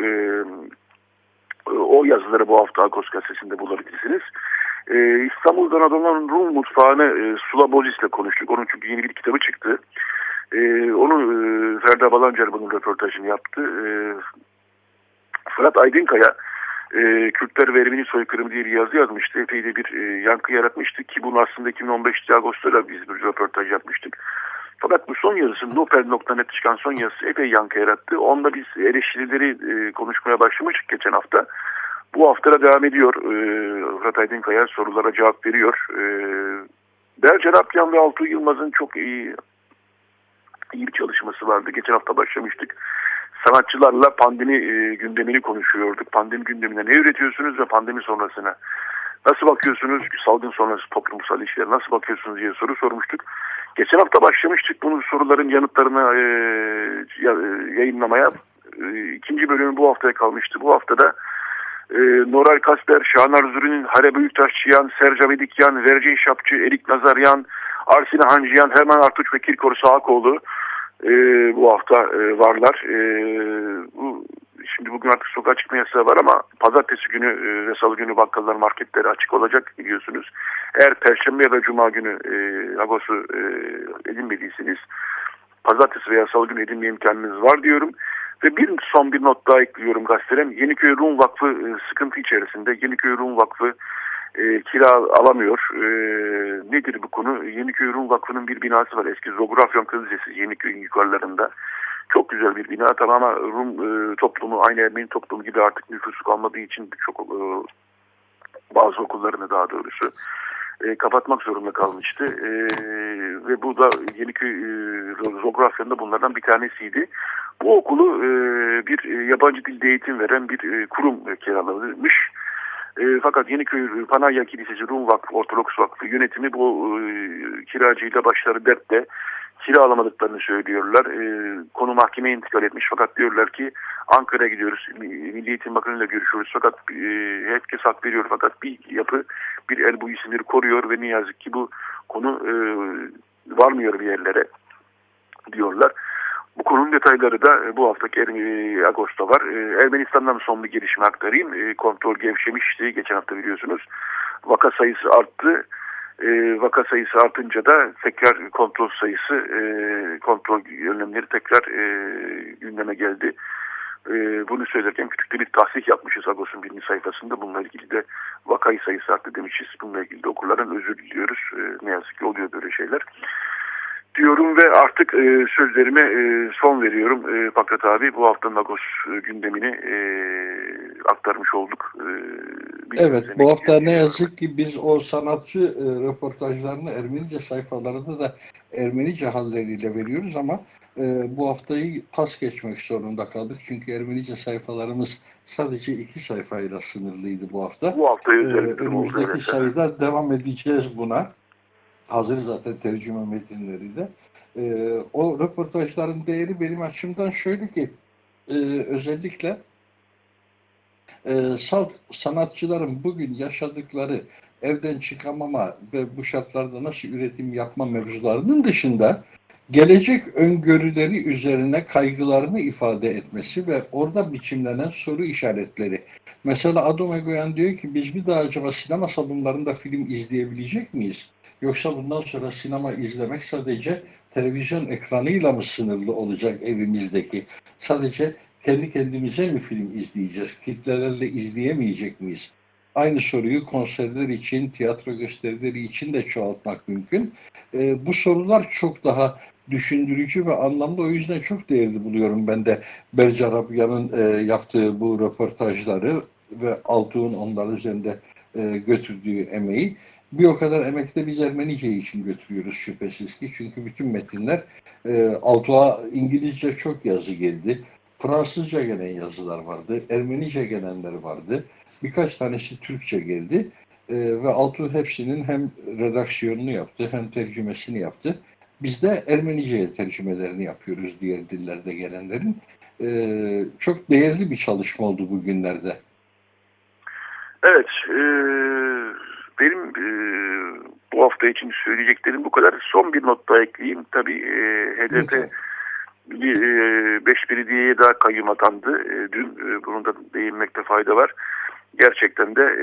O yazıları bu hafta Agos gazetesinde bulabilirsiniz. İstanbul'dan Anadolu'nun Rum mutfağını Sula Bozis'le konuştuk. Onun çünkü yeni bir kitabı çıktı. Onu Ferda Balancar bunun röportajını yaptı. Fırat Aydınkaya Kürtler ve Ermeni soykırımı diye bir yazı yazmıştı. Epey de bir yankı yaratmıştı ki bunu aslında 2015 Ağustos'ta biz bir röportaj yapmıştık. Fakat bu son yazısı Nopel.net çıkan son yazısı epey yankı yarattı. Onda biz eleştirileri konuşmaya başlamıştık geçen hafta. Bu hafta da devam ediyor. Fırat Aydınkaya sorulara cevap veriyor. Bercer Apyan ve Altuğ Yılmaz'ın çok iyi bir çalışması vardı. Geçen hafta başlamıştık. Sanatçılarla pandemi gündemini konuşuyorduk. Pandemi gündemine ne üretiyorsunuz ve pandemi sonrasına nasıl bakıyorsunuz? Salgın sonrası toplumsal ilişkiler nasıl bakıyorsunuz diye soru sormuştuk. Geçen hafta başlamıştık bunu soruların yanıtlarını yayınlamaya. İkinci bölümü bu haftaya kalmıştı. Bu haftada Noray Kasper, Şahanar Zuri'nin, Hare Büyüktaşçıyan, Serca Vedikyan, Vercin Şapçı, Erik Nazaryan, Arsine Hancıyan, Herman Artuç ve Kirkor Sağakoğlu bu hafta varlar. Şimdi bugün artık sokağa çıkma yasağı var ama pazartesi günü ve salı günü bakkallar, marketleri açık olacak biliyorsunuz. Eğer perşembe ya da cuma günü Agos'u edinmediyseniz pazartesi veya salı günü edinme imkanınız var diyorum. Ve son bir not daha ekliyorum gazeteden. Yeniköy Rum Vakfı sıkıntı içerisinde. Yeniköy Rum Vakfı kira alamıyor. Nedir bu konu? Yeniköy Rum Vakfı'nın bir binası var. Eski Zogurafyon Kız Lisesi Yeniköy'ün yukarılarında. Çok güzel bir bina. Tamamen Rum toplumu, aynı Ermeni toplumu gibi artık nüfusu kalmadığı için çok bazı okullarını daha doğrusu kapatmak zorunda kalmıştı. Ve bu da Yeniköy Zografya'nda bunlardan bir tanesiydi. Bu okulu bir yabancı dilde eğitim veren bir kurum kiralamış. Fakat Yeniköy Panayya Kilisesi Rum Vakfı, Ortodoks Vakfı yönetimi bu kiracıyla başları dertte, kira alamadıklarını söylüyorlar. Konu mahkemeye intikal etmiş fakat diyorlar ki Ankara'ya gidiyoruz, Milli Eğitim Bakanı'yla görüşüyoruz fakat herkes hak veriyor fakat bir yapı, bir el bu isimleri koruyor ve ne yazık ki bu konu varmıyor bir yerlere diyorlar. Bu konunun detayları da bu haftaki Ağustos'ta var. Ermenistan'dan son bir gelişme aktarayım. Kontrol gevşemişti geçen hafta biliyorsunuz. Vaka sayısı arttı. Vaka sayısı artınca da tekrar kontrol kontrol önlemleri tekrar gündeme geldi. Bunu söylerken küçük de bir tahsih yapmışız Ağustos'un 1. sayfasında. Bununla ilgili de vaka sayısı arttı demişiz. Bununla ilgili de okulların özür diliyoruz. Ne yazık ki oluyor böyle şeyler. Diyorum ve artık sözlerime son veriyorum. Fakat abi bu haftanın Ağustos gündemini aktarmış olduk. Evet, bu hafta ne yazık ki biz o sanatçı röportajlarını Ermenice sayfalarında da Ermenice halleriyle veriyoruz ama bu haftayı pas geçmek zorunda kaldık. Çünkü Ermenice sayfalarımız sadece 2 sayfayla sınırlıydı bu hafta. Bu hafta önümüzdeki sayıda devam edeceğiz buna. Hazır zaten tercüme metinleri de. O röportajların değeri benim açımdan şöyle ki özellikle salt sanatçıların bugün yaşadıkları evden çıkamama ve bu şartlarda nasıl üretim yapma mevzularının dışında gelecek öngörüleri üzerine kaygılarını ifade etmesi ve orada biçimlenen soru işaretleri. Mesela Adom Egoyan diyor ki biz bir daha acaba sinema salonlarında film izleyebilecek miyiz? Yoksa bundan sonra sinema izlemek sadece televizyon ekranıyla mı sınırlı olacak evimizdeki? Sadece kendi kendimize mi film izleyeceğiz? Kitlelerle izleyemeyecek miyiz? Aynı soruyu konserler için, tiyatro gösterileri için de çoğaltmak mümkün. Bu sorular çok daha düşündürücü ve anlamlı. O yüzden çok değerli buluyorum ben de Berce Arabya'nın yaptığı bu röportajları ve Altuğ'un onlar üzerinde götürdüğü emeği. Bir o kadar emekte biz Ermenice için götürüyoruz şüphesiz ki. Çünkü bütün metinler Altuğ'a İngilizce çok yazı geldi. Fransızca gelen yazılar vardı. Ermenice gelenler vardı. Birkaç tanesi Türkçe geldi. Ve Altuğ hepsinin hem redaksiyonunu yaptı hem tercümesini yaptı. Biz de Ermenice'ye tercümelerini yapıyoruz diğer dillerde gelenlerin. Çok değerli bir çalışma oldu bugünlerde. Evet. Benim bu hafta için söyleyeceklerim bu kadar. Son bir not daha ekleyeyim. Tabii HDP 5 belediyeye daha kayyum atandı. Dün bunun da değinmekte fayda var. Gerçekten de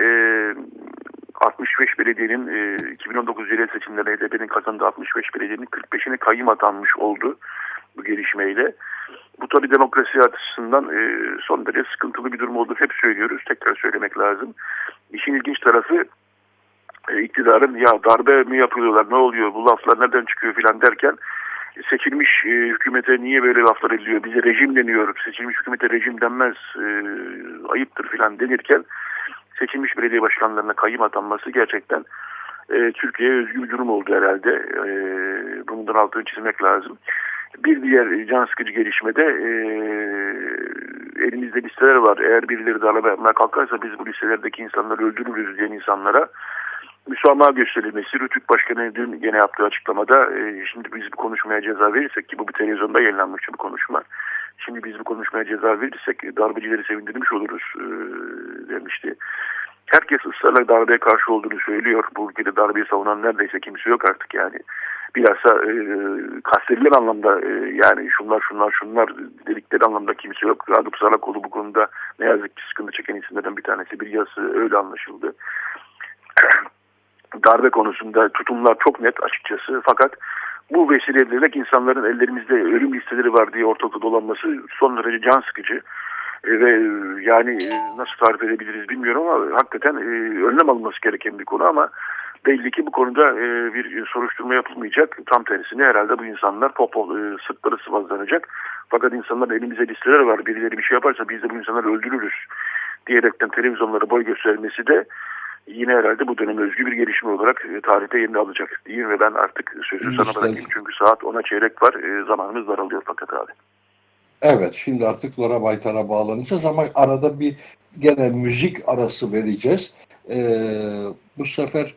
65 belediyenin 2019 yerel seçimlerinde HDP'nin kazandığı 65 belediyenin 45'ine kayyum atanmış oldu bu gelişmeyle. Bu tabii demokrasi açısından son derece sıkıntılı bir durum olduğunu hep söylüyoruz. Tekrar söylemek lazım. İşin ilginç tarafı iktidarın ya darbe mi yapıyorlar, ne oluyor, bu laflar nereden çıkıyor filan derken seçilmiş hükümete niye böyle laflar ediliyor, bize rejim deniyor, seçilmiş hükümete rejim denmez, ayıptır filan denirken seçilmiş belediye başkanlarına kayyum atanması gerçekten Türkiye'ye özgü bir durum oldu herhalde. Bundan altını çizmek lazım. Bir diğer can sıkıcı gelişmede elimizde listeler var. Eğer birileri darbe yapmaya kalkarsa biz bu listelerdeki insanları öldürürüz diyen insanlara müsamaha gösterilmesi. Rütük Başkanı dün gene yaptığı açıklamada şimdi biz bu konuşmaya ceza verirsek, ki bu bir televizyonda yayınlanmıştı bu konuşma. Şimdi biz bu konuşmaya ceza verirsek darbecileri sevindirmiş oluruz demişti. Herkes ısrarla darbeye karşı olduğunu söylüyor. Bu ülkede darbeyi savunan neredeyse kimse yok artık yani. Bilhassa kastedilen anlamda yani şunlar dedikleri anlamda kimse yok. Ragıp Zarakoğlu bu konuda ne yazık ki sıkıntı çeken isimlerden bir tanesi. Bir yazısı öyle anlaşıldı. Darbe konusunda tutumlar çok net açıkçası. Fakat bu vesileyle insanların ellerimizde ölüm listeleri var diye ortalıkta dolanması son derece can sıkıcı. Ve yani nasıl tarif edebiliriz bilmiyorum ama hakikaten önlem alınması gereken bir konu ama belli ki bu konuda bir soruşturma yapılmayacak. Tam tersine herhalde bu insanlar sırtları sıvazlanacak. Fakat insanların elimizde listeler var. Birileri bir şey yaparsa biz de bu insanları öldürürüz diyerekten televizyonlara boy göstermesi de yine herhalde bu dönem özgü bir gelişme olarak tarihte yerini alacak diyeyim ve ben artık sözü sana bırakayım. Çünkü saat 10'a çeyrek var. Zamanımız daralıyor fakat abi. Evet, şimdi artık Lora Baytar'a bağlanacağız ama arada bir gene müzik arası vereceğiz. Bu sefer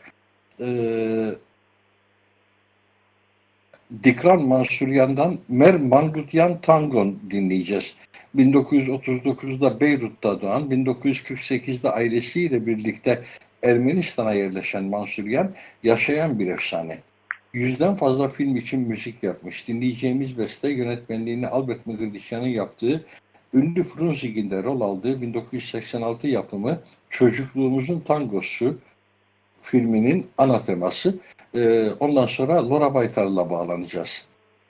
Dikran Mansuryan'dan Mer Mangutyan Tangon dinleyeceğiz. 1939'da Beyrut'ta doğan, 1948'de ailesiyle birlikte Ermenistan'a yerleşen Mansuryan yaşayan bir efsane. 100'den fazla film için müzik yapmış. Dinleyeceğimiz beste yönetmenliğini Albert Mıgırdiçyan'ın yaptığı, ünlü Frunzig'inde rol aldığı 1986 yapımı Çocukluğumuzun Tangosu filminin ana teması. Ondan sonra Lora Baytar'la bağlanacağız.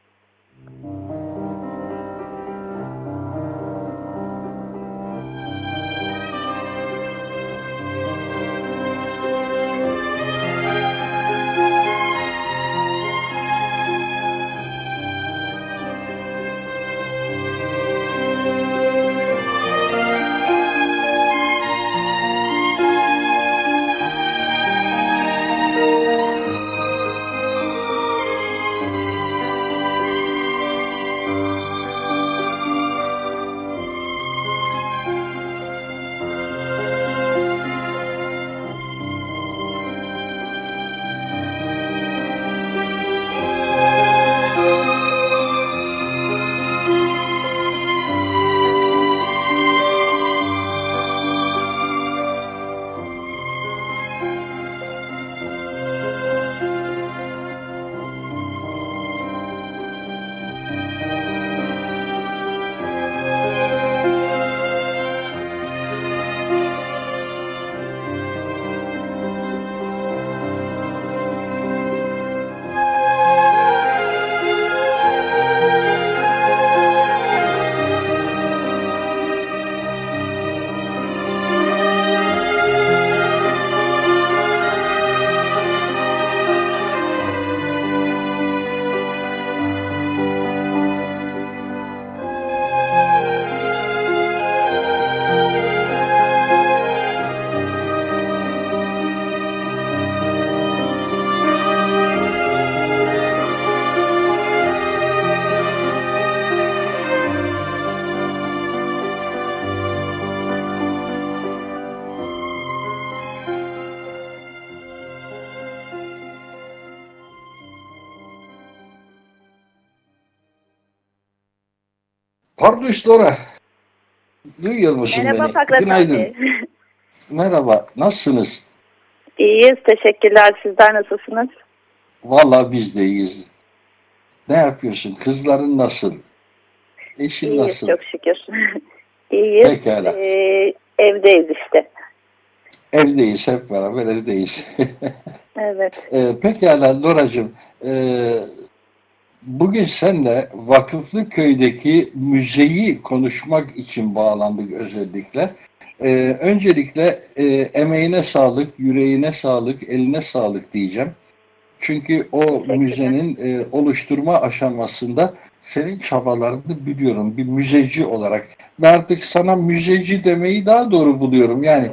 Pardon Lora. Duyuyor musun Merhaba beni? Pakrat Günaydın. abi. Merhaba. Nasılsınız? İyiyiz. Teşekkürler. Sizler nasılsınız? Vallahi biz de iyiyiz. Ne yapıyorsun? Kızların nasıl? Eşin İyiyiz nasıl? çok şükür. İyiyiz. Pekala. Evdeyiz işte. Evdeyiz. Hep beraber evdeyiz. Evet. Pekala Loracığım. Bugün seninle Vakıflıköy'deki müzeyi konuşmak için bağlandık özellikle. Öncelikle emeğine sağlık, yüreğine sağlık, eline sağlık diyeceğim. Çünkü o müzenin oluşturma aşamasında senin çabalarını biliyorum bir müzeci olarak. Ben artık sana müzeci demeyi daha doğru buluyorum. Yani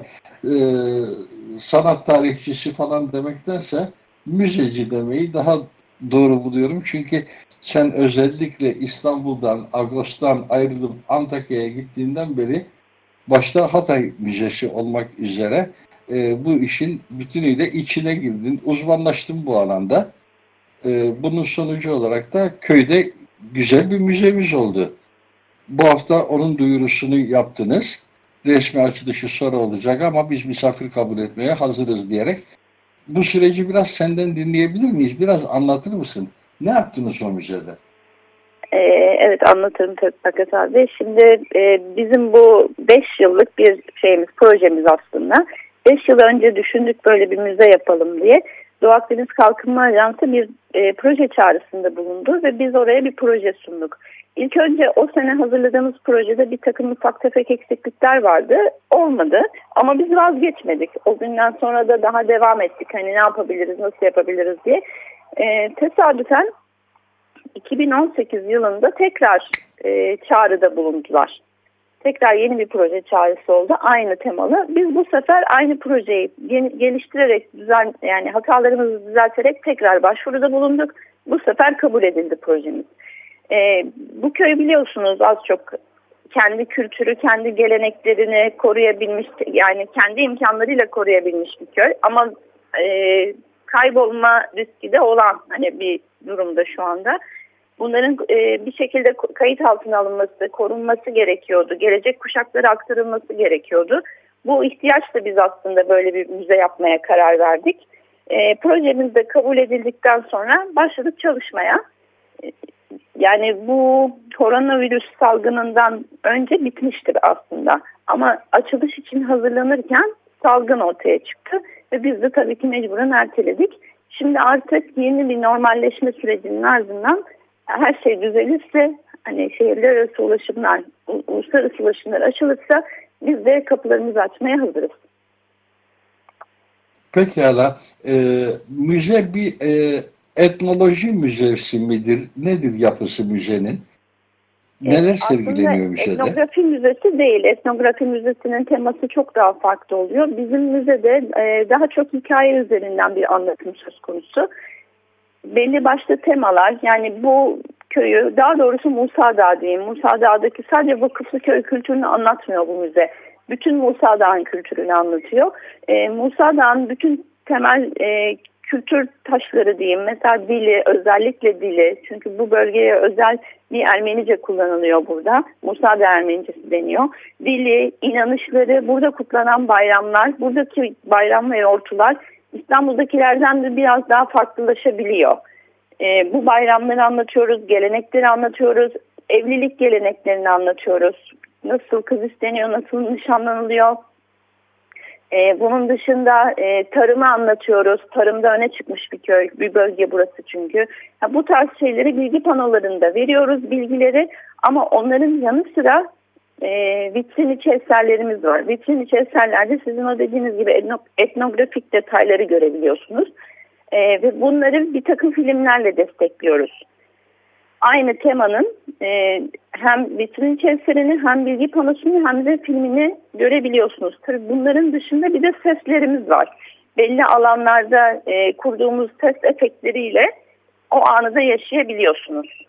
sanat tarihçisi falan demektense müzeci demeyi daha doğru buluyorum. Çünkü sen özellikle İstanbul'dan, Agos'tan ayrılıp Antakya'ya gittiğinden beri başta Hatay Müzesi olmak üzere bu işin bütünüyle içine girdin. Uzmanlaştın bu alanda. Bunun sonucu olarak da köyde güzel bir müzemiz oldu. Bu hafta onun duyurusunu yaptınız. Resmi açılışı sonra olacak ama biz misafir kabul etmeye hazırız diyerek. Bu süreci biraz senden dinleyebilir miyiz? Biraz anlatır mısın? Ne yaptınız o müzede? Evet anlatırım tabii Pakrat abi. Şimdi bizim bu 5 yıllık bir projemiz aslında. 5 yıl önce düşündük böyle bir müze yapalım diye. Doğu Akdeniz Kalkınma Ajansı bir proje çağrısında bulundu ve biz oraya bir proje sunduk. İlk önce o sene hazırladığımız projede bir takım ufak tefek eksiklikler vardı. Olmadı ama biz vazgeçmedik. O günden sonra da daha devam ettik. Hani ne yapabiliriz, nasıl yapabiliriz diye. Tesadüfen 2018 yılında tekrar çağrıda bulundular. Tekrar yeni bir proje çağrısı oldu. Aynı temalı. Biz bu sefer aynı projeyi geliştirerek, yani hatalarımızı düzelterek tekrar başvuruda bulunduk. Bu sefer kabul edildi projemiz. Bu köy biliyorsunuz az çok kendi kültürü, kendi geleneklerini koruyabilmiş, yani kendi imkanlarıyla koruyabilmiş bir köy. Ama kaybolma riski de olan hani bir durumda şu anda. Bunların bir şekilde kayıt altına alınması, korunması gerekiyordu. Gelecek kuşaklara aktarılması gerekiyordu. Bu ihtiyaçla biz aslında böyle bir müze yapmaya karar verdik. Projemiz de kabul edildikten sonra başladık çalışmaya. Yani bu koronavirüs salgınından önce bitmiştir aslında. Ama açılış için hazırlanırken salgın ortaya çıktı ve biz de tabii ki mecburen erteledik. Şimdi artık yeni bir normalleşme sürecinin ardından her şey düzelirse, hani şehirler arası ulaşımlar, uluslararası ulaşımlar açılırsa biz de kapılarımızı açmaya hazırız. Pekala. Müze bir etnoloji müzesi midir? Nedir yapısı müzenin? Neler sergileniyor müzede? Etnografi müzesi değil. Etnografi müzesinin teması çok daha farklı oluyor. Bizim müzede daha çok hikaye üzerinden bir anlatım söz konusu. Belli başlı temalar, yani bu köyü, daha doğrusu Musa Dağı diyeyim. Musa Dağ'daki sadece vakıflı köy kültürünü anlatmıyor bu müze. Bütün Musa Dağ'ın kültürünü anlatıyor. Musa Dağ'ın bütün temel kültür taşları diyeyim. Mesela dili, özellikle dili. Çünkü bu bölgeye özel bir Ermenice kullanılıyor burada. Musa Dağı Ermenicesi deniyor. Dili, inanışları, burada kutlanan bayramlar, buradaki bayram ve yortular İstanbul'dakilerden de biraz daha farklılaşabiliyor. Bu bayramları anlatıyoruz, gelenekleri anlatıyoruz, evlilik geleneklerini anlatıyoruz. Nasıl kız isteniyor, nasıl nişanlanılıyor. Bunun dışında tarımı anlatıyoruz. Tarımda öne çıkmış bir köy, bir bölge burası çünkü. Bu tarz şeyleri bilgi panolarında veriyoruz, bilgileri, ama onların yanı sıra vitrin içi eserlerimiz var. Vitrin içi eserlerde sizin o dediğiniz gibi etnografik detayları görebiliyorsunuz. Ve bunları bir takım filmlerle destekliyoruz. Aynı temanın hem vitrin içi eserini, hem bilgi panosunu, hem de filmini görebiliyorsunuz. Tabii bunların dışında bir de seslerimiz var. Belli alanlarda kurduğumuz ses efektleriyle o anı da yaşayabiliyorsunuz.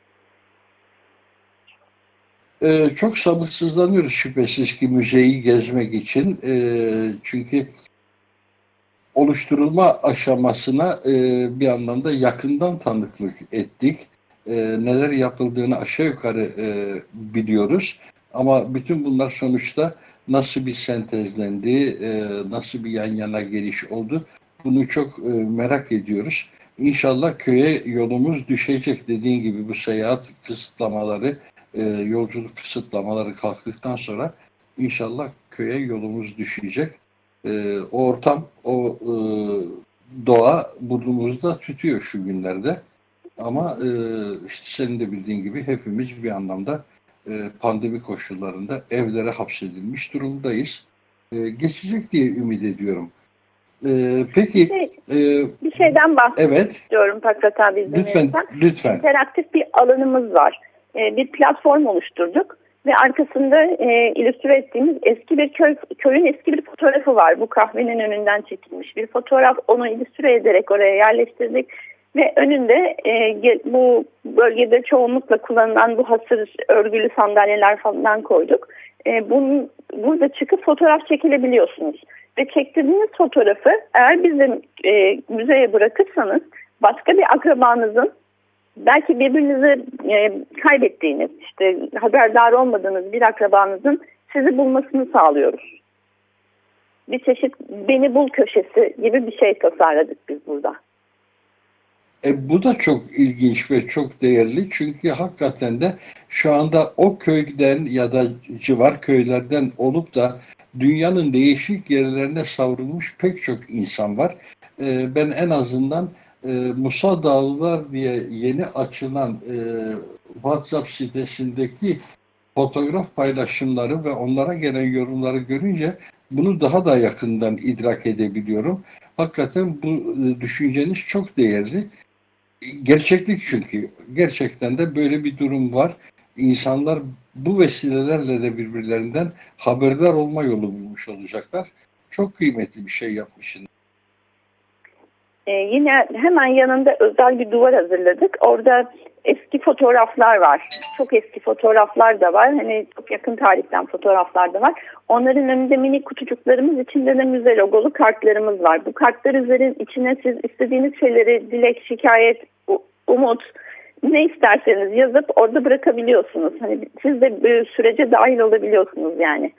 Çok sabırsızlanıyoruz şüphesiz ki müzeyi gezmek için. Çünkü oluşturulma aşamasına bir anlamda yakından tanıklık ettik. Neler yapıldığını aşağı yukarı biliyoruz. Ama bütün bunlar sonuçta nasıl bir sentezlendi, nasıl bir yan yana geliş oldu, bunu çok merak ediyoruz. İnşallah köye yolumuz düşecek. Dediğin gibi bu seyahat kısıtlamaları, yolculuk kısıtlamaları kalktıktan sonra inşallah köye yolumuz düşecek. O ortam, o doğa burnumuzda tütüyor şu günlerde. Ama işte senin de bildiğin gibi hepimiz bir anlamda pandemi koşullarında evlere hapsedilmiş durumdayız. Geçecek diye ümit ediyorum. Peki. Bir şeyden bahsetmek istiyorum Pakrat abi. Lütfen. İnteraktif bir alanımız var. Bir platform oluşturduk ve arkasında illüstre ettiğimiz eski bir köyün eski bir fotoğrafı var. Bu kahvenin önünden çekilmiş bir fotoğraf. Onu illüstre ederek oraya yerleştirdik. Ve önünde bu bölgede çoğunlukla kullanılan bu hasır örgülü sandalyeler falan koyduk. Burada çıkıp fotoğraf çekilebiliyorsunuz. Ve çektirdiğiniz fotoğrafı eğer bize müzeye bırakırsanız başka bir akrabanızın, belki birbirinizi kaybettiğiniz, işte haberdar olmadığınız bir akrabanızın sizi bulmasını sağlıyoruz. Bir çeşit beni bul köşesi gibi bir şey tasarladık biz burada. Bu da çok ilginç ve çok değerli, çünkü hakikaten de şu anda o köyden ya da civar köylerden olup da dünyanın değişik yerlerine savrulmuş pek çok insan var. ben en azından Musa Dağlılar diye yeni açılan WhatsApp sitesindeki fotoğraf paylaşımları ve onlara gelen yorumları görünce bunu daha da yakından idrak edebiliyorum. Hakikaten bu düşünceniz çok değerli. Gerçeklik çünkü. Gerçekten de böyle bir durum var. İnsanlar bu vesilelerle de birbirlerinden haberdar olma yolu bulmuş olacaklar. Çok kıymetli bir şey yapmışsın. Yine hemen yanında özel bir duvar hazırladık. Orada eski fotoğraflar var. Çok eski fotoğraflar da var. Hani çok yakın tarihten fotoğraflar da var. Onların önünde minik kutucuklarımız, içinde de müze logolu kartlarımız var. Bu kartlar üzerine içine siz istediğiniz şeyleri, dilek, şikayet, umut, ne isterseniz yazıp orada bırakabiliyorsunuz. Hani siz de bir sürece dahil olabiliyorsunuz yani.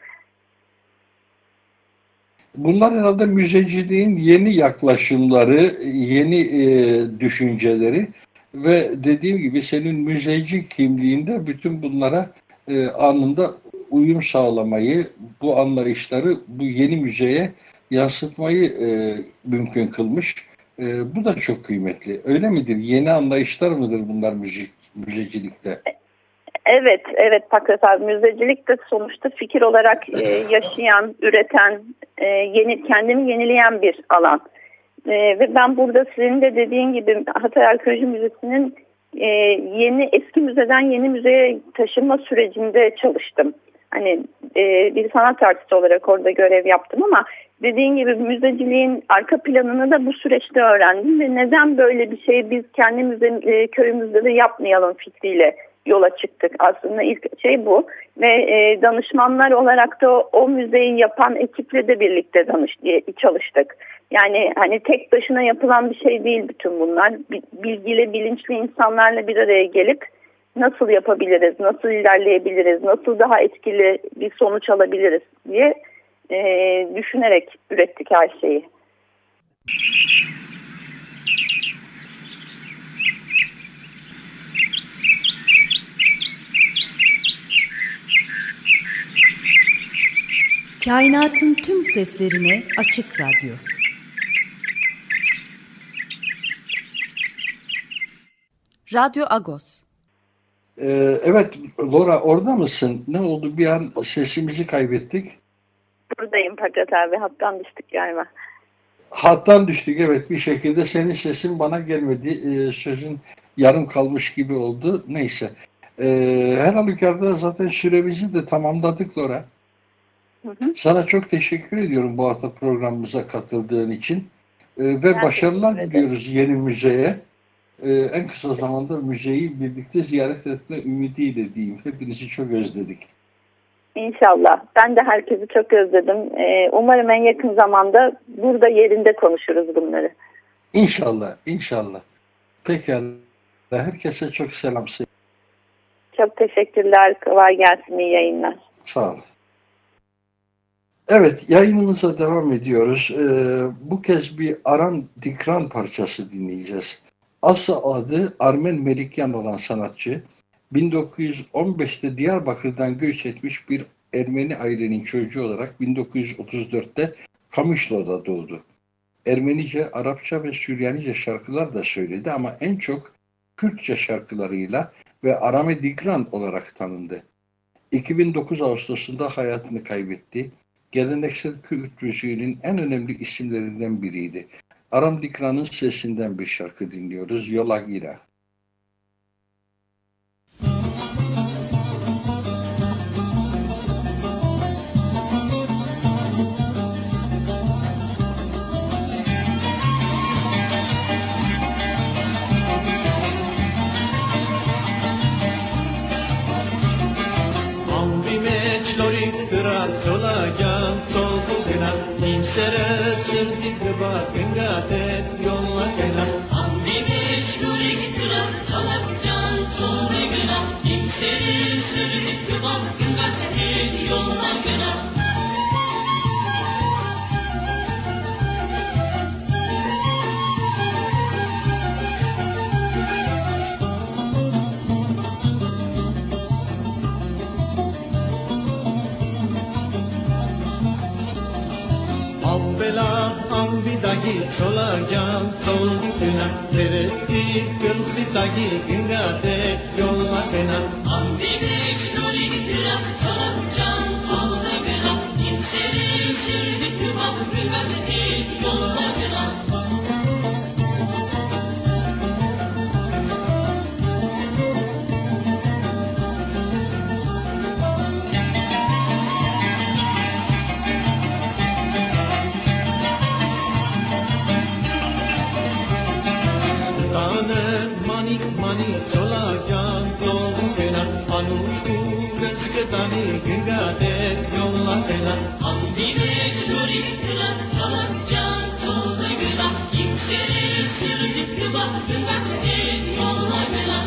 Bunlar herhalde müzeciliğin yeni yaklaşımları, yeni düşünceleri ve dediğim gibi senin müzeci kimliğinde bütün bunlara anında uyum sağlamayı, bu anlayışları bu yeni müzeye yansıtmayı mümkün kılmış. Bu da çok kıymetli. Öyle midir? Yeni anlayışlar mıdır bunlar müzecilikte? Evet Pakrat abi, müzecilik de sonuçta fikir olarak yaşayan, üreten, kendini yenileyen bir alan. Ve ben burada sizin de dediğin gibi Hatay Arkeoloji Müzesi'nin eski müzeden yeni müzeye taşınma sürecinde çalıştım. Hani bir sanat artisti olarak orada görev yaptım ama dediğin gibi müzeciliğin arka planını da bu süreçte öğrendim ve neden böyle bir şeyi biz kendi köyümüzde de yapmayalım fikriyle yola çıktık. Aslında ilk şey bu ve danışmanlar olarak da o müzeyi yapan ekiple de birlikte çalıştık. Yani hani tek başına yapılan bir şey değil bütün bunlar. Bilgili, bilinçli insanlarla bir araya gelip nasıl yapabiliriz, nasıl ilerleyebiliriz, nasıl daha etkili bir sonuç alabiliriz diye düşünerek ürettik her şeyi. Kainatın tüm seslerine açık radyo. Radyo Agos. Evet, Laura orada mısın? Ne oldu? Bir an sesimizi kaybettik. Buradayım Pakrat abi. Hattan düştük galiba. Hattan düştük, evet, bir şekilde senin sesin bana gelmedi. Sözün yarım kalmış gibi oldu. Neyse. Her halükarda zaten süremizi de tamamladık Laura. Sana çok teşekkür ediyorum bu hafta programımıza katıldığın için. Ve başarılar diliyoruz yeni müzeye. En kısa zamanda müzeyi birlikte ziyaret etme ümidiyle diyeyim. Hepinizi çok özledik. İnşallah. Ben de herkesi çok özledim. Umarım en yakın zamanda burada yerinde konuşuruz bunları. İnşallah, inşallah. Pekala. Herkese çok selam. Çok teşekkürler. Kolay gelsin. İyi yayınlar. Sağ olun. Evet, yayınımıza devam ediyoruz. Bu kez bir Aram Dikran parçası dinleyeceğiz. Asıl adı Armen Melikyan olan sanatçı, 1915'te Diyarbakır'dan göç etmiş bir Ermeni ailenin çocuğu olarak 1934'te Kamışlı'da doğdu. Ermenice, Arapça ve Süryanice şarkılar da söyledi ama en çok Kürtçe şarkılarıyla ve Arame Dikran olarak tanındı. 2009 Ağustos'unda hayatını kaybetti. Geleneksel Kürt müziğinin en önemli isimlerinden biriydi. Aram Dikran'ın sesinden bir şarkı dinliyoruz. Yola Gira. Ambela ambidagi solagan soluna tereti gülsizagi güngade yolla bena ambidik şurik tırak solagan soluna İnseri sürdik kübab güvenlik yolla bena Mani solagan dolgena anuşku gesketani güngade yolla bena ambine şurik tırak solagan soluna İnseri sürdik kübab güvenlik yolla bena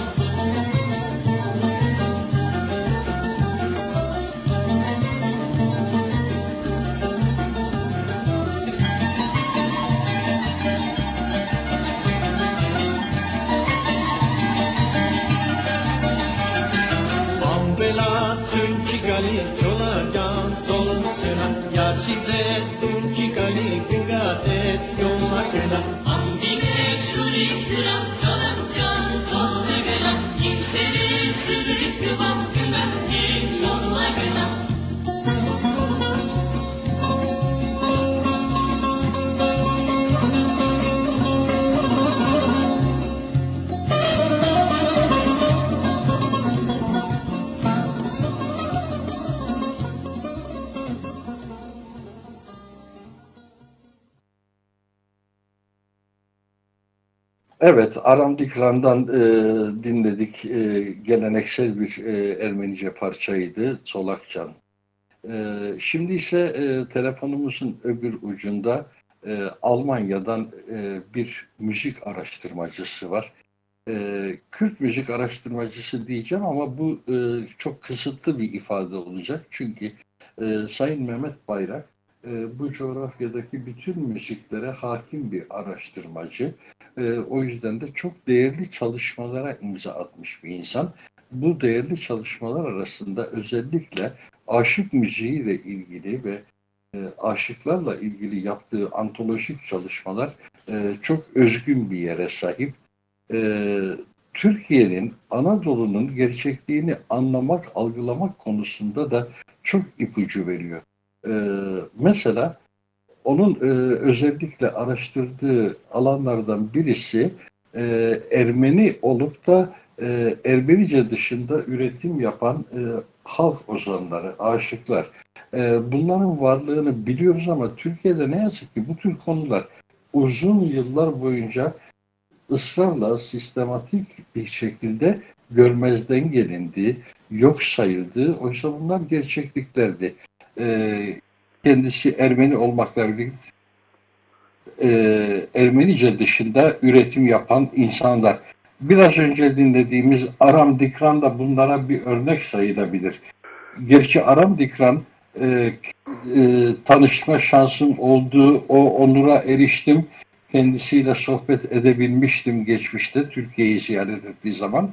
Gali çolagan dolmukena yaşize tunci gali güngade yolla bena ambine şurik tırak solagan soluna İnseri sürük kübab güvenlik yolla bena Evet, Aram Dikran'dan dinledik. Geleneksel bir Ermenice parçaydı, Çolakcan. Şimdi ise telefonumuzun öbür ucunda Almanya'dan bir müzik araştırmacısı var. Kürt müzik araştırmacısı diyeceğim ama bu çok kısıtlı bir ifade olacak. Çünkü Sayın Mehmet Bayrak bu coğrafyadaki bütün müziklere hakim bir araştırmacı. O yüzden de çok değerli çalışmalara imza atmış bir insan. Bu değerli çalışmalar arasında özellikle aşık müziğiyle ilgili ve aşıklarla ilgili yaptığı antolojik çalışmalar çok özgün bir yere sahip. Türkiye'nin, Anadolu'nun gerçekliğini anlamak, algılamak konusunda da çok ipucu veriyor. Mesela onun özellikle araştırdığı alanlardan birisi Ermeni olup da Ermenice dışında üretim yapan halk ozanları, aşıklar. Bunların varlığını biliyoruz ama Türkiye'de ne yazık ki bu tür konular uzun yıllar boyunca ısrarla sistematik bir şekilde görmezden gelindi, yok sayıldı. Oysa bunlar gerçekliklerdi. Kendisi Ermeni olmakla birlikte Ermenice dışında üretim yapan insanlar. Biraz önce dinlediğimiz Aram Dikran da bunlara bir örnek sayılabilir. Gerçi Aram Dikran tanışma şansım olduğu, o onura eriştim. Kendisiyle sohbet edebilmiştim geçmişte Türkiye'yi ziyaret ettiği zaman.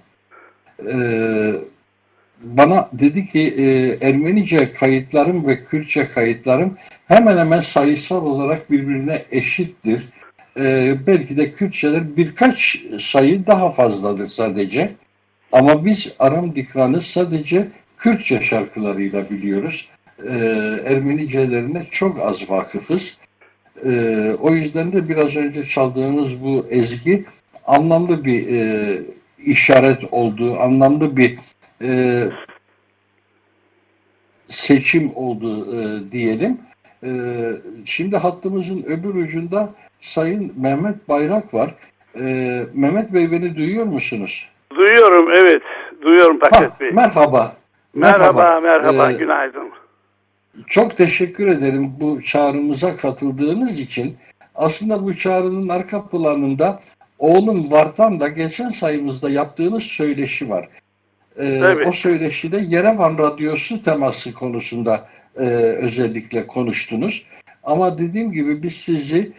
Bana dedi ki Ermenice kayıtlarım ve Kürtçe kayıtlarım hemen hemen sayısal olarak birbirine eşittir. Belki de Kürtçeler birkaç sayı daha fazladır sadece. Ama biz Aram Dikran'ı sadece Kürtçe şarkılarıyla biliyoruz. Ermenicelerine çok az vakıfız. O yüzden de biraz önce çaldığımız bu ezgi anlamlı bir işaret olduğu, anlamlı bir seçim oldu diyelim. Şimdi hattımızın öbür ucunda Sayın Mehmet Bayrak var. Mehmet Bey, beni duyuyor musunuz? Duyuyorum, evet. Duyuyorum Paket Bey. Merhaba. Merhaba, günaydın. Çok teşekkür ederim bu çağrımıza katıldığınız için. Aslında bu çağrının arka planında oğlum Vartan da geçen sayımızda yaptığınız söyleşi var. O söyleşide Yerevan Radyosu teması konusunda özellikle konuştunuz. Ama dediğim gibi biz sizi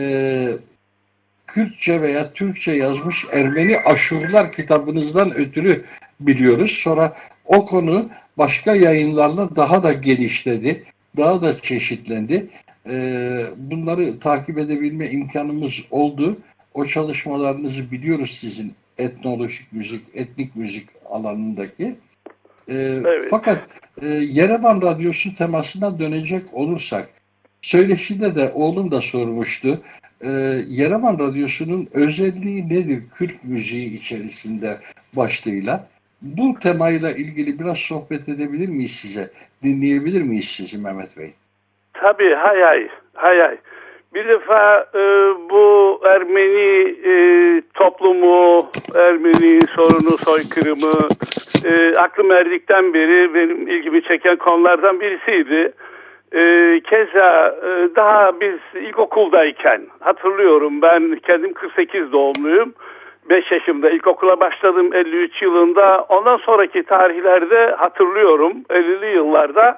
Kürtçe veya Türkçe yazmış Ermeni Aşurlar kitabınızdan ötürü biliyoruz. Sonra o konu başka yayınlarla daha da genişledi, daha da çeşitlendi. Bunları takip edebilme imkanımız oldu. O çalışmalarınızı biliyoruz sizin etnolojik müzik, etnik müzik alanındaki. Evet. Fakat Yerevan Radyosu temasına dönecek olursak, söyleşide de oğlum da sormuştu. Yerevan Radyosu'nun özelliği nedir Kürt müziği içerisinde başlığıyla? Bu temayla ilgili biraz sohbet edebilir miyiz size? Dinleyebilir miyiz sizi Mehmet Bey? Tabii, hay hay. Bir defa bu Ermeni toplumu, Ermeni sorunu, soykırımı aklım erdikten beri benim ilgimi çeken konulardan birisiydi. Keza daha biz ilkokuldayken hatırlıyorum, ben kendim 48 doğumluyum. 5 yaşımda ilkokula başladım 53 yılında. Ondan sonraki tarihlerde hatırlıyorum 50'li yıllarda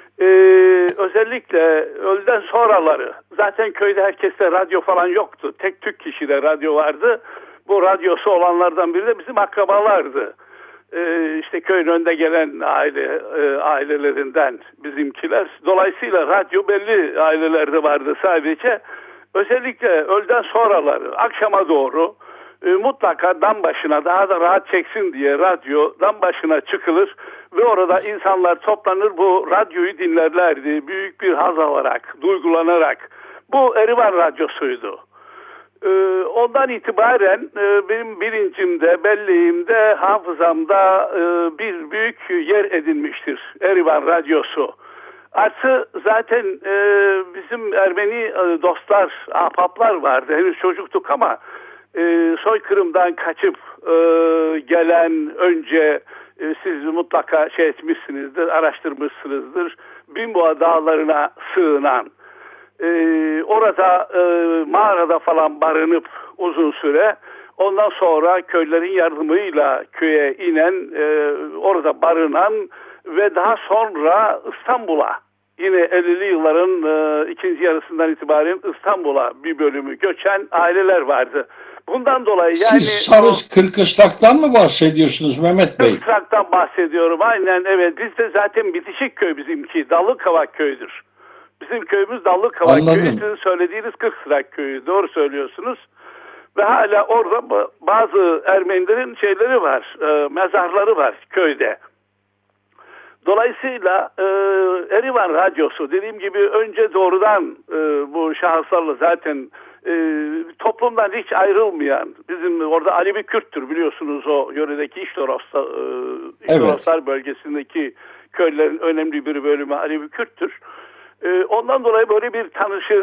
özellikle öğleden sonraları, zaten köyde herkeste radyo falan yoktu. Tek tük kişide radyo vardı. Bu radyosu olanlardan biri de bizim akrabalardı. İşte köyün önde gelen ailelerinden bizimkiler. Dolayısıyla radyo belli ailelerde vardı sadece. Özellikle öğleden sonraları, akşama doğru mutlaka dam başına, daha da rahat çeksin diye radyo dam başına çıkılır ve orada insanlar toplanır, bu radyoyu dinlerlerdi. Büyük bir haz alarak, duygulanarak. Bu Erivan Radyosu'ydu. Ondan itibaren benim bilincimde, belleğimde, hafızamda bir büyük yer edinmiştir Erivan Radyosu. Artı zaten bizim Ermeni dostlar, ahbaplar vardı. Henüz çocuktuk ama soykırımdan kaçıp gelen, önce siz mutlaka etmişsinizdir, araştırmışsınızdır. Binboğa dağlarına sığınan, orada mağarada falan barınıp uzun süre, ondan sonra köylerin yardımıyla köye inen, orada barınan ve daha sonra İstanbul'a, yine 50'li yılların ikinci yarısından itibaren İstanbul'a bir bölümü göçen aileler vardı. Bundan dolayı yani... Siz Sarız Kırkısrak'tan mı bahsediyorsunuz Mehmet Bey? Kırkısrak'tan bahsediyorum, aynen, evet. Biz de zaten bitişik köy bizimki, Dallıkavak köyüdür. Bizim köyümüz Dallıkavak köyü, sizin söylediğiniz Kırkısrak köyü, doğru söylüyorsunuz. Ve hala orada bazı Ermenilerin şeyleri var, mezarları var köyde. Dolayısıyla Erivan Radyosu, dediğim gibi, önce doğrudan bu şahıslarla zaten toplumdan hiç ayrılmayan, bizim orada Alevi Kürttür biliyorsunuz, o yöredeki İştoroslar bölgesindeki köylerin önemli bir bölümü Alevi Kürttür. Ondan dolayı böyle bir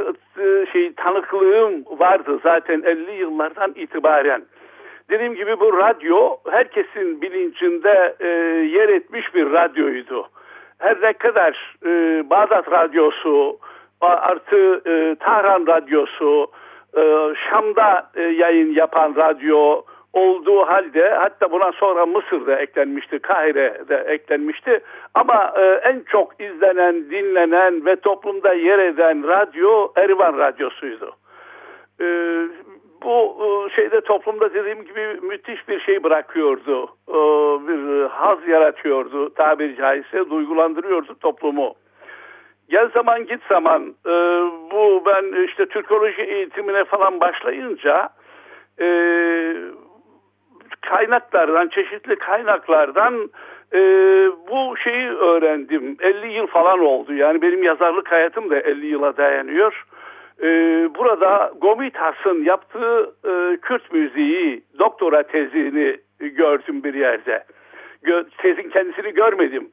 tanıklığım vardı zaten 50 yıllardan itibaren. Dediğim gibi bu radyo herkesin bilincinde yer etmiş bir radyoydu. Her ne kadar Bağdat Radyosu, artı Tahran Radyosu, Şam'da yayın yapan radyo olduğu halde, hatta buna sonra Mısır'da eklenmişti, Kahire'de eklenmişti. Ama en çok izlenen, dinlenen ve toplumda yer eden radyo Erivan Radyosu'ydu. Bu toplumda dediğim gibi müthiş bir şey bırakıyordu. Bir haz yaratıyordu, tabiri caizse duygulandırıyordu toplumu. Gel zaman git zaman, bu ben işte Türkoloji eğitimine falan başlayınca kaynaklardan, çeşitli kaynaklardan bu şeyi öğrendim. 50 yıl falan oldu. Yani benim yazarlık hayatım da 50 yıla dayanıyor. Burada Gomitas'ın yaptığı Kürt müziği doktora tezini gördüm bir yerde. Tezin kendisini görmedim.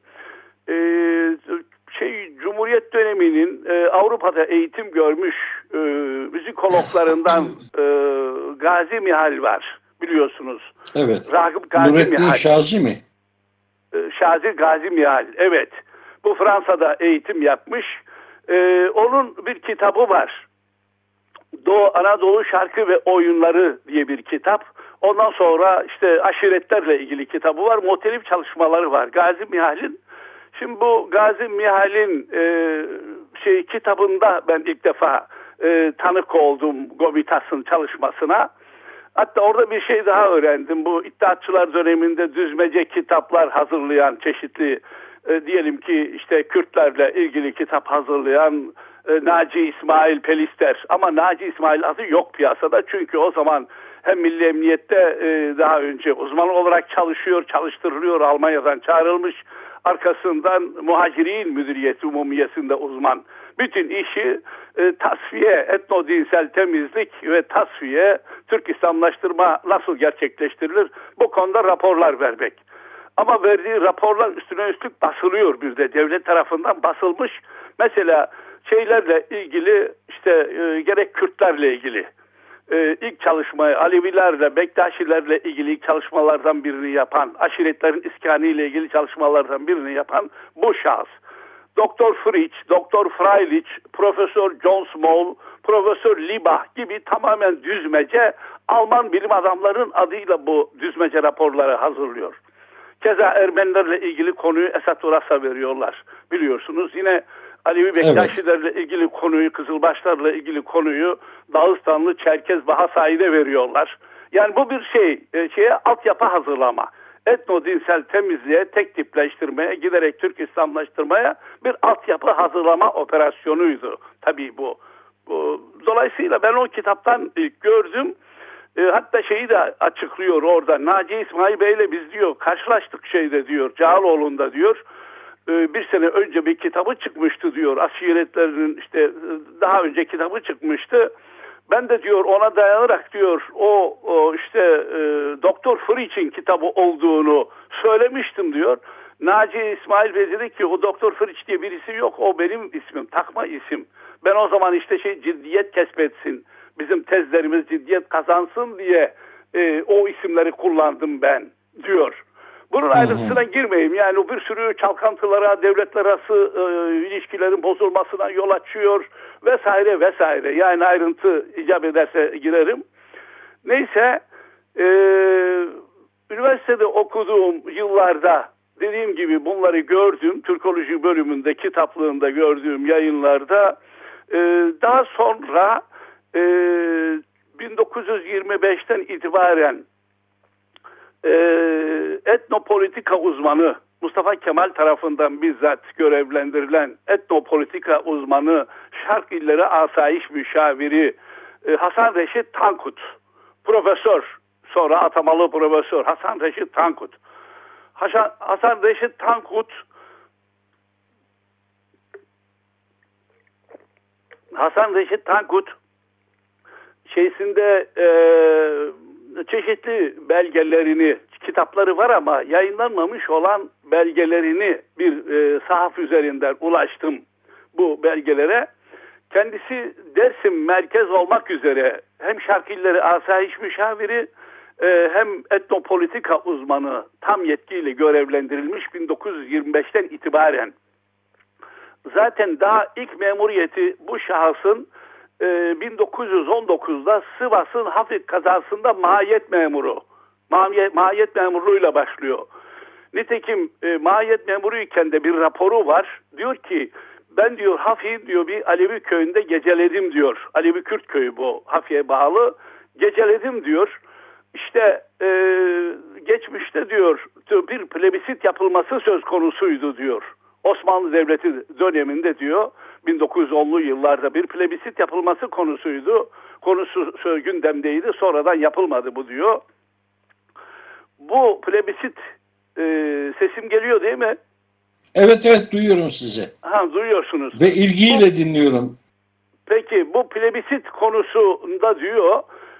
Cumhuriyet döneminin Avrupa'da eğitim görmüş müzikologlarından Gazi Mihal var, biliyorsunuz. Evet. Ragıp Gazi Mihal. Şazi mi? Şazi Gazi Mihal, evet. Bu Fransa'da eğitim yapmış. Onun bir kitabı var. Doğu Anadolu Şarkı ve Oyunları diye bir kitap. Ondan sonra işte aşiretlerle ilgili kitabı var. Muhtelif çalışmaları var Gazi Mihal'in. Şimdi bu Gazi Mihal'in kitabında ben ilk defa tanık oldum Gomitas'ın çalışmasına. Hatta orada bir şey daha öğrendim. Bu İttihatçılar döneminde düzmece kitaplar hazırlayan çeşitli diyelim ki işte Kürtlerle ilgili kitap hazırlayan Naci İsmail Pelister. Ama Naci İsmail adı yok piyasada. Çünkü o zaman hem Milli Emniyet'te daha önce uzman olarak çalıştırılıyor. Almanya'dan çağrılmış. Arkasından Muhacirin Müdüriyeti Umumiyesi'nde uzman. Bütün işi tasfiye, etno-dinsel temizlik ve tasfiye, Türk İslamlaştırma nasıl gerçekleştirilir? Bu konuda raporlar vermek. Ama verdiği raporlar üstüne üstlük basılıyor bir de. Devlet tarafından basılmış. Mesela şeylerle ilgili işte gerek Kürtlerle ilgili ilk çalışmayı Alevilerle, Bektaşilerle ilgili ilk çalışmalardan birini yapan, aşiretlerin iskanı ile ilgili çalışmalardan birini yapan bu şahıs. Doktor Fritsch, Doktor Freilich, Profesör John Small, Profesör Liebach gibi tamamen düzmece Alman bilim adamlarının adıyla bu düzmece raporları hazırlıyor. Keza Ermenilerle ilgili konuyu Esat Uras'a veriyorlar. Biliyorsunuz yine Alevi Bektaşilerle ilgili konuyu, Kızılbaşlarla ilgili konuyu Dağıstanlı Çerkez Bahasai'de veriyorlar. Yani bu bir şeye altyapı hazırlama. Etno-dinsel temizliğe, tek tipleştirmeye, giderek Türk İslamlaştırmaya bir altyapı hazırlama operasyonuydu. Tabii bu. Dolayısıyla ben o kitaptan ilk gördüm. Hatta şeyi de açıklıyor orada. Naci İsmail Bey'le biz diyor karşılaştık diyor. Cağaloğlu'nda diyor. Bir sene önce bir kitabı çıkmıştı diyor. Aşiretlerinin işte daha önce kitabı çıkmıştı. Ben de diyor ona dayanarak diyor o Doktor Frisch'in kitabı olduğunu söylemiştim diyor. Naci İsmail Bey dedi ki o Doktor Fritsch diye birisi yok. O benim ismim, takma isim. Ben o zaman işte ciddiyet kesbetsin. Bizim tezlerimiz ciddiyet kazansın diye o isimleri kullandım ben diyor. Bunun ayrıntısına girmeyeyim. Yani o bir sürü çalkantılara, devletler arası ilişkilerin bozulmasına yol açıyor vesaire vesaire. Yani ayrıntı icap ederse girerim. Neyse üniversitede okuduğum yıllarda dediğim gibi bunları gördüm. Türkoloji bölümünde, kitaplığında gördüğüm yayınlarda daha sonra 1925'ten itibaren etnopolitika uzmanı Mustafa Kemal tarafından bizzat görevlendirilen etnopolitika uzmanı Şark İlleri Asayiş Müşaviri Hasan Reşit Tankut, profesör, sonra atamalı profesör Hasan Reşit Tankut. Hasan Reşit Tankut çeşitli belgelerini, kitapları var ama yayınlanmamış olan belgelerini bir sahaf üzerinden ulaştım bu belgelere. Kendisi Dersim merkez olmak üzere hem Şark İlleri Asayiş Müşaviri hem etnopolitika uzmanı tam yetkiyle görevlendirilmiş 1925'ten itibaren. Zaten daha ilk memuriyeti bu şahısın 1919'da Sivas'ın hafif kazasında mahiyet memuru. Mahiyet memurluğuyla başlıyor. Nitekim mahiyet memuruyken de bir raporu var. Diyor ki ben diyor Hafi'yi diyor bir Alevi köyünde geceledim diyor. Alevi Kürt köyü bu Hafi'ye bağlı. Geceledim diyor. İşte geçmişte diyor bir plebisit yapılması söz konusuydu diyor. Osmanlı Devleti döneminde diyor 1910'lu yıllarda bir plebisit yapılması konusuydu. Konusu gündemdeydi. Sonradan yapılmadı bu diyor. Bu plebisit sesim geliyor değil mi? Evet duyuyorum sizi. Duyuyorsunuz. Ve ilgiyle dinliyorum. Peki bu plebisit konusunda diyor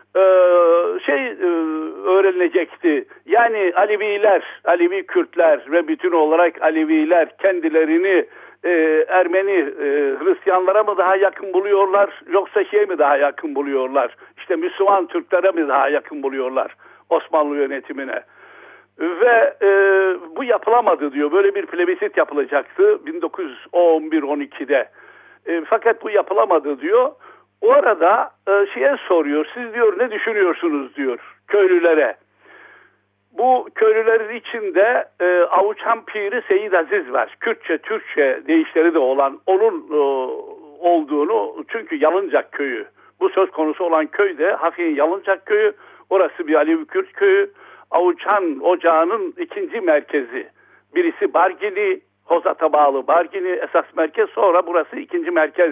öğrenilecekti. Yani Aleviler, Alevi Kürtler ve bütün olarak Aleviler kendilerini Ermeni Hristiyanlara mı daha yakın buluyorlar yoksa mi daha yakın buluyorlar? İşte Müslüman Türklere mi daha yakın buluyorlar Osmanlı yönetimine? Ve bu yapılamadı diyor. Böyle bir plebisit yapılacaktı 1911-12'de. Fakat bu yapılamadı diyor. O arada soruyor. Siz diyor ne düşünüyorsunuz diyor köylülere. Bu köylülerin içinde Avuçhan Piri Seyit Aziz var. Kürtçe, Türkçe deyişleri de olan onun olduğunu çünkü Yalıncak köyü. Bu söz konusu olan köy de Hafi'nin Yalıncak köyü. Orası bir Alevi Kürt köyü. Avuçhan Ocağı'nın ikinci merkezi. Birisi Bargini, Hozat'a bağlı Bargini esas merkez, sonra burası ikinci merkez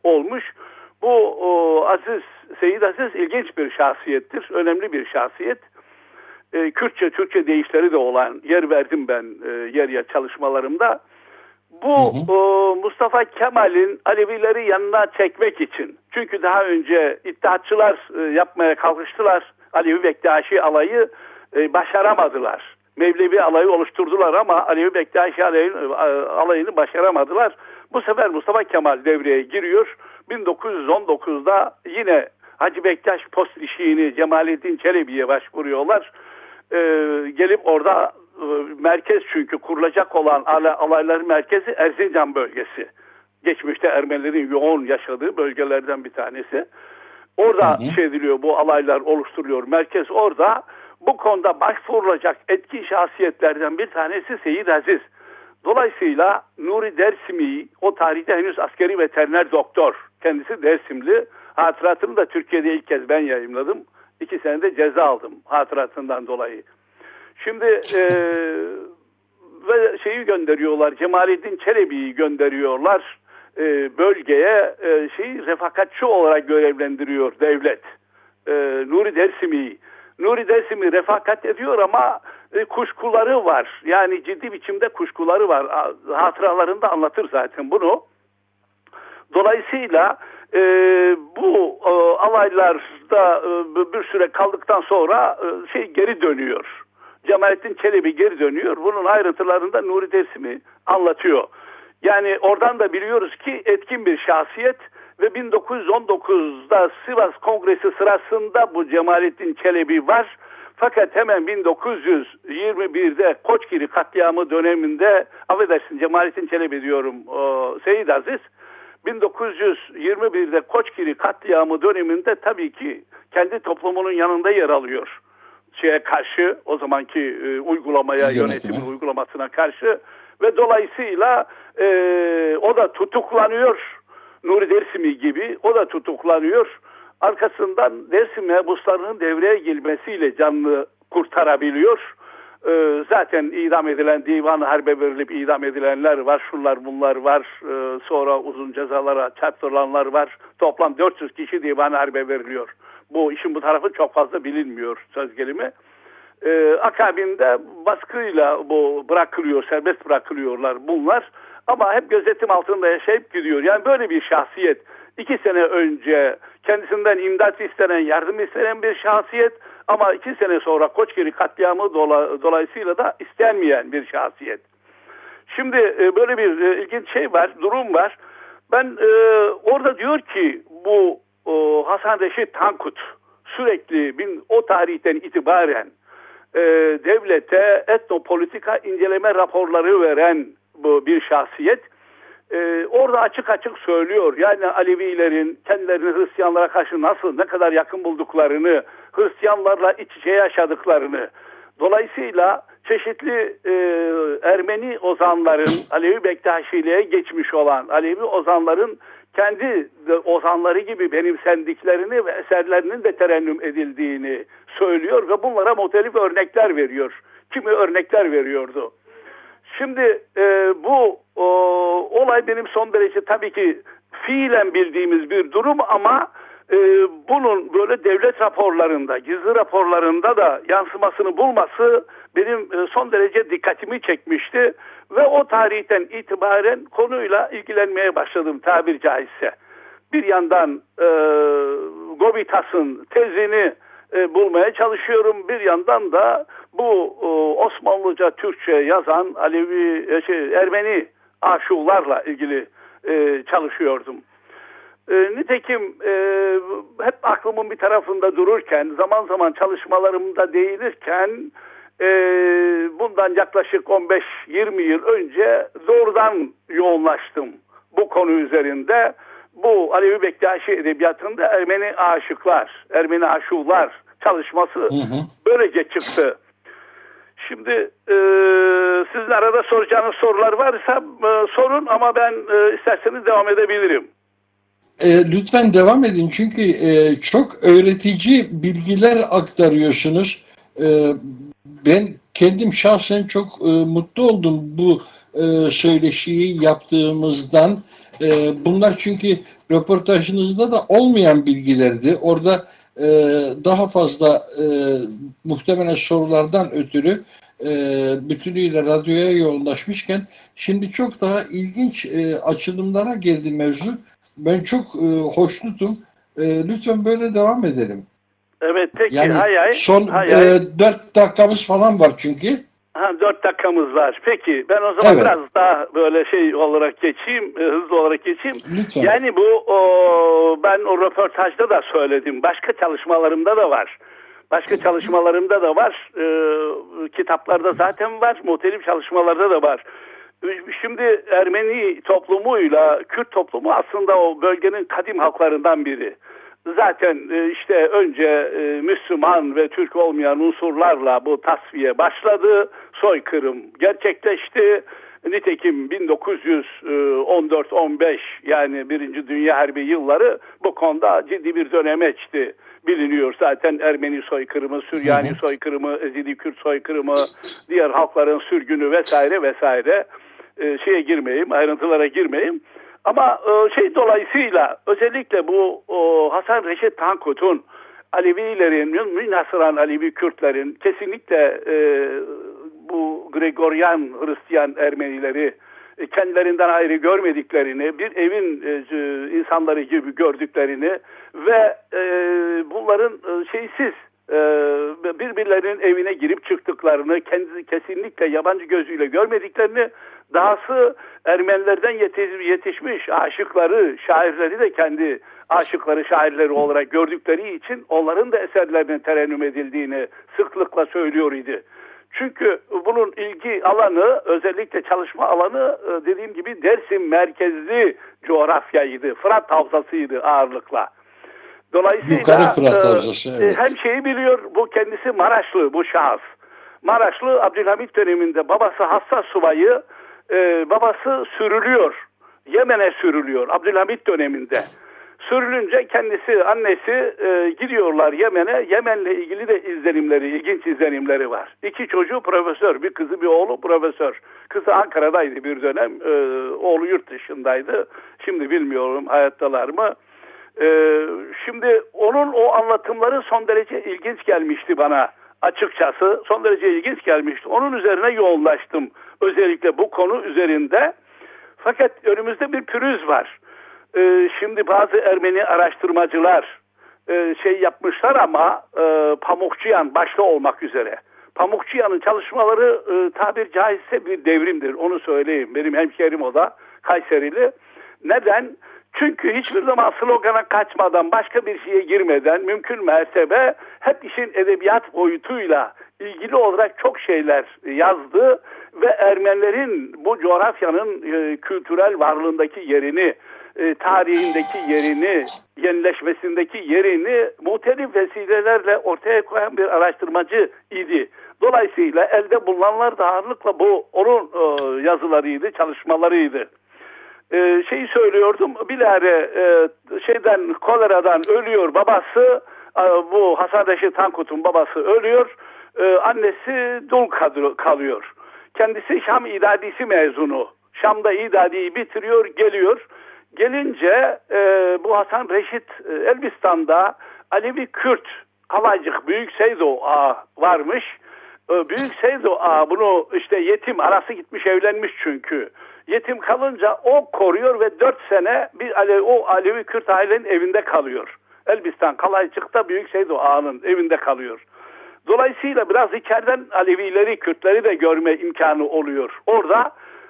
olmuş. Bu Seyit Aziz ilginç bir şahsiyettir. Önemli bir şahsiyet. Kürtçe, Türkçe deyişleri de olan, yer verdim ben yer yer çalışmalarımda. Bu Mustafa Kemal'in Alevileri yanına çekmek için. Çünkü daha önce İttihatçılar yapmaya kalkıştılar. Alevi Bektaşi alayı başaramadılar. Mevlevi alayı oluşturdular ama Alevi Bektaşi alayını başaramadılar. Bu sefer Mustafa Kemal devreye giriyor. 1919'da yine Hacı Bektaş Postişiğini Cemalettin Çelebi'ye başvuruyorlar. Gelip orada merkez, çünkü kurulacak olan alayların merkezi Erzincan bölgesi. Geçmişte Ermenilerin yoğun yaşadığı bölgelerden bir tanesi. Orada ediliyor, bu alaylar oluşturuluyor. Merkez orada. Bu konuda başvurulacak etkin şahsiyetlerden bir tanesi Seyit Aziz. Dolayısıyla Nuri Dersimi, o tarihte henüz askeri veteriner doktor. Kendisi Dersimli. Hatıratını da Türkiye'de ilk kez ben yayımladım. 2 senede ceza aldım hatıratından dolayı. Şimdi ve şeyi gönderiyorlar, Cemalettin Çelebi'yi gönderiyorlar bölgeye, refakatçi olarak görevlendiriyor devlet. Nuri Dersimi refakat ediyor ama kuşkuları var. Yani ciddi biçimde kuşkuları var. Hatıralarında anlatır zaten bunu. Dolayısıyla bu alaylarda bir süre kaldıktan sonra geri dönüyor. Cemalettin Çelebi geri dönüyor. Bunun ayrıntılarında Nuri Dersimi anlatıyor. Yani oradan da biliyoruz ki etkin bir şahsiyet ve 1919'da Sivas Kongresi sırasında bu Cemalettin Çelebi var. Fakat hemen 1921'de Koçgiri katliamı döneminde, affedersin Cemalettin Çelebi diyorum, Seyit Aziz, 1921'de Koçgiri katliamı döneminde tabii ki kendi toplumunun yanında yer alıyor. Karşı, o zamanki uygulamaya, yönetimin uygulamasına karşı ve dolayısıyla o da tutuklanıyor. Nuri Dersimi gibi o da tutuklanıyor. Arkasından Dersim mebuslarının devreye girmesiyle canını kurtarabiliyor. Zaten idam edilen, divan-ı harbe verilip idam edilenler var, şunlar bunlar var. Sonra uzun cezalara çarptırılanlar var. Toplam 400 kişi divan-ı harbe veriliyor. Bu işin bu tarafı çok fazla bilinmiyor, söz gelimi. Akabinde baskıyla bu bırakılıyor, serbest bırakılıyorlar bunlar. Ama hep gözetim altında yaşayıp gidiyor. Yani böyle bir şahsiyet. 2 sene önce kendisinden imdat istenen, yardım istenen bir şahsiyet. Ama 2 sene sonra Koçgiri katliamı dolayısıyla da istenmeyen bir şahsiyet. Şimdi böyle bir ilginç durum var. Ben orada diyor ki bu Hasan Reşit Tankut sürekli o tarihten itibaren devlete etnopolitika inceleme raporları veren bu bir şahsiyet. Orada açık açık söylüyor. Yani Alevilerin kendilerini Hristiyanlara karşı ne kadar yakın bulduklarını, Hristiyanlarla iç içe yaşadıklarını, dolayısıyla çeşitli Ermeni ozanların Alevi Bektaşiliğe geçmiş olan Alevi ozanların kendi ozanları gibi benimsendiklerini ve eserlerinin de terennüm edildiğini söylüyor ve bunlara muhtelif örnekler veriyor. Kimi örnekler veriyordu. Şimdi bu olay benim son derece tabii ki fiilen bildiğimiz bir durum ama bunun böyle devlet raporlarında, gizli raporlarında da yansımasını bulması benim son derece dikkatimi çekmişti. Ve o tarihten itibaren konuyla ilgilenmeye başladım tabir caizse. Bir yandan Gobitas'ın tezini bulmaya çalışıyorum. Bir yandan da bu Osmanlıca Türkçe yazan Ermeni aşuqlarla ilgili çalışıyordum. Nitekim hep aklımın bir tarafında dururken, zaman zaman çalışmalarımda değinirken bundan yaklaşık 15-20 yıl önce doğrudan yoğunlaştım bu konu üzerinde. Bu Alevi Bektaşi edebiyatında Ermeni aşıklar çalışması böylece çıktı. Şimdi sizin arada soracağınız sorular varsa sorun ama ben isterseniz devam edebilirim. Lütfen devam edin çünkü çok öğretici bilgiler aktarıyorsunuz. Ben kendim şahsen çok mutlu oldum bu söyleşiyi yaptığımızdan. Bunlar çünkü röportajınızda da olmayan bilgilerdi. Orada daha fazla muhtemelen sorulardan ötürü bütünüyle radyoya yoğunlaşmışken şimdi çok daha ilginç açılımlara girdi mevzu. Ben çok hoşnutum. Lütfen böyle devam edelim. Evet, peki. Yani son 4 dakikamız falan var çünkü. 4 dakikamız var. Peki ben o zaman biraz daha böyle şey olarak geçeyim, hızlı olarak geçeyim. Lütfen. Yani bu ben o röportajda da söyledim. Başka çalışmalarımda da var. Kitaplarda zaten var. Muhtelif çalışmalarda da var. Şimdi Ermeni toplumuyla Kürt toplumu aslında o bölgenin kadim halklarından biri. Zaten işte önce Müslüman ve Türk olmayan unsurlarla bu tasfiye başladı. Soykırım gerçekleşti. Nitekim 1914-15 yani Birinci Dünya Harbi yılları bu konuda ciddi bir dönemeçti. Biliniyor zaten Ermeni soykırımı, Süryani soykırımı, Ezidi Kürt soykırımı, diğer halkların sürgünü vesaire vesaire. Ayrıntılara girmeyeyim. Ama dolayısıyla özellikle bu Hasan Reşit Tankut'un Alevilerin, münhasıran Alevi Kürtlerin kesinlikle bu Gregoryan Hristiyan Ermenileri kendilerinden ayrı görmediklerini, bir evin insanları gibi gördüklerini ve bunların birbirlerinin evine girip çıktıklarını, kesinlikle yabancı gözüyle görmediklerini, dahası Ermenilerden yetişmiş aşıkları, şairleri de kendi aşıkları, şairleri olarak gördükleri için onların da eserlerinin terennüm edildiğini sıklıkla söylüyor idi. Çünkü bunun ilgi alanı, özellikle çalışma alanı dediğim gibi Dersim merkezli coğrafyaydı. Fırat Havzası'ydı ağırlıkla. Dolayısıyla hem şeyi biliyor, bu kendisi Maraşlı bu şahıs. Maraşlı, Abdülhamit döneminde babası Hassas subayı, babası sürülüyor. Yemen'e sürülüyor Abdülhamit döneminde. Sürülünce kendisi, annesi gidiyorlar Yemen'e. Yemen'le ilgili de ilginç izlenimleri var. 2 çocuğu profesör, bir kızı bir oğlu profesör. Kızı Ankara'daydı bir dönem, oğlu yurt dışındaydı. Şimdi bilmiyorum hayattalar mı. Şimdi onun o anlatımları son derece ilginç gelmişti bana. Açıkçası son derece ilginç gelmişti. Onun üzerine yoğunlaştım. Özellikle bu konu üzerinde. Fakat önümüzde bir pürüz var. Şimdi bazı Ermeni araştırmacılar yapmışlar ama Pamukçıyan başta olmak üzere. Pamukçıyan'ın çalışmaları tabir caizse bir devrimdir. Onu söyleyeyim. Benim hemşerim o da Kayserili. Neden? Çünkü hiçbir zaman slogana kaçmadan, başka bir şeye girmeden mümkün mertebe hep işin edebiyat boyutuyla ilgili olarak çok şeyler yazdı ve Ermenilerin bu coğrafyanın kültürel varlığındaki yerini, tarihindeki yerini, yenileşmesindeki yerini muhtelif vesilelerle ortaya koyan bir araştırmacı idi. Dolayısıyla elde bulunanlar da ağırlıkla bu onun yazılarıydı, çalışmalarıydı. Söylüyordum, bilahare koleradan ölüyor babası, bu Hasan Reşit Tankut'un babası ölüyor, annesi dul kalıyor. Kendisi Şam İdadisi mezunu. Şam'da İdadi'yi bitiriyor, geliyor. Gelince bu Hasan Reşit Elbistan'da Alevi Kürt Kalaycık Büyük Seydo Ağa varmış. Büyük Seydo Ağa bunu yetim, arası gitmiş, evlenmiş çünkü. Yetim kalınca o koruyor ve 4 sene o Alevi Kürt ailenin evinde kalıyor. Elbistan Kalaycık'ta Büyük Seydo Ağa'nın evinde kalıyor. Dolayısıyla biraz içeriden Alevileri, Kürtleri de görme imkanı oluyor. Orada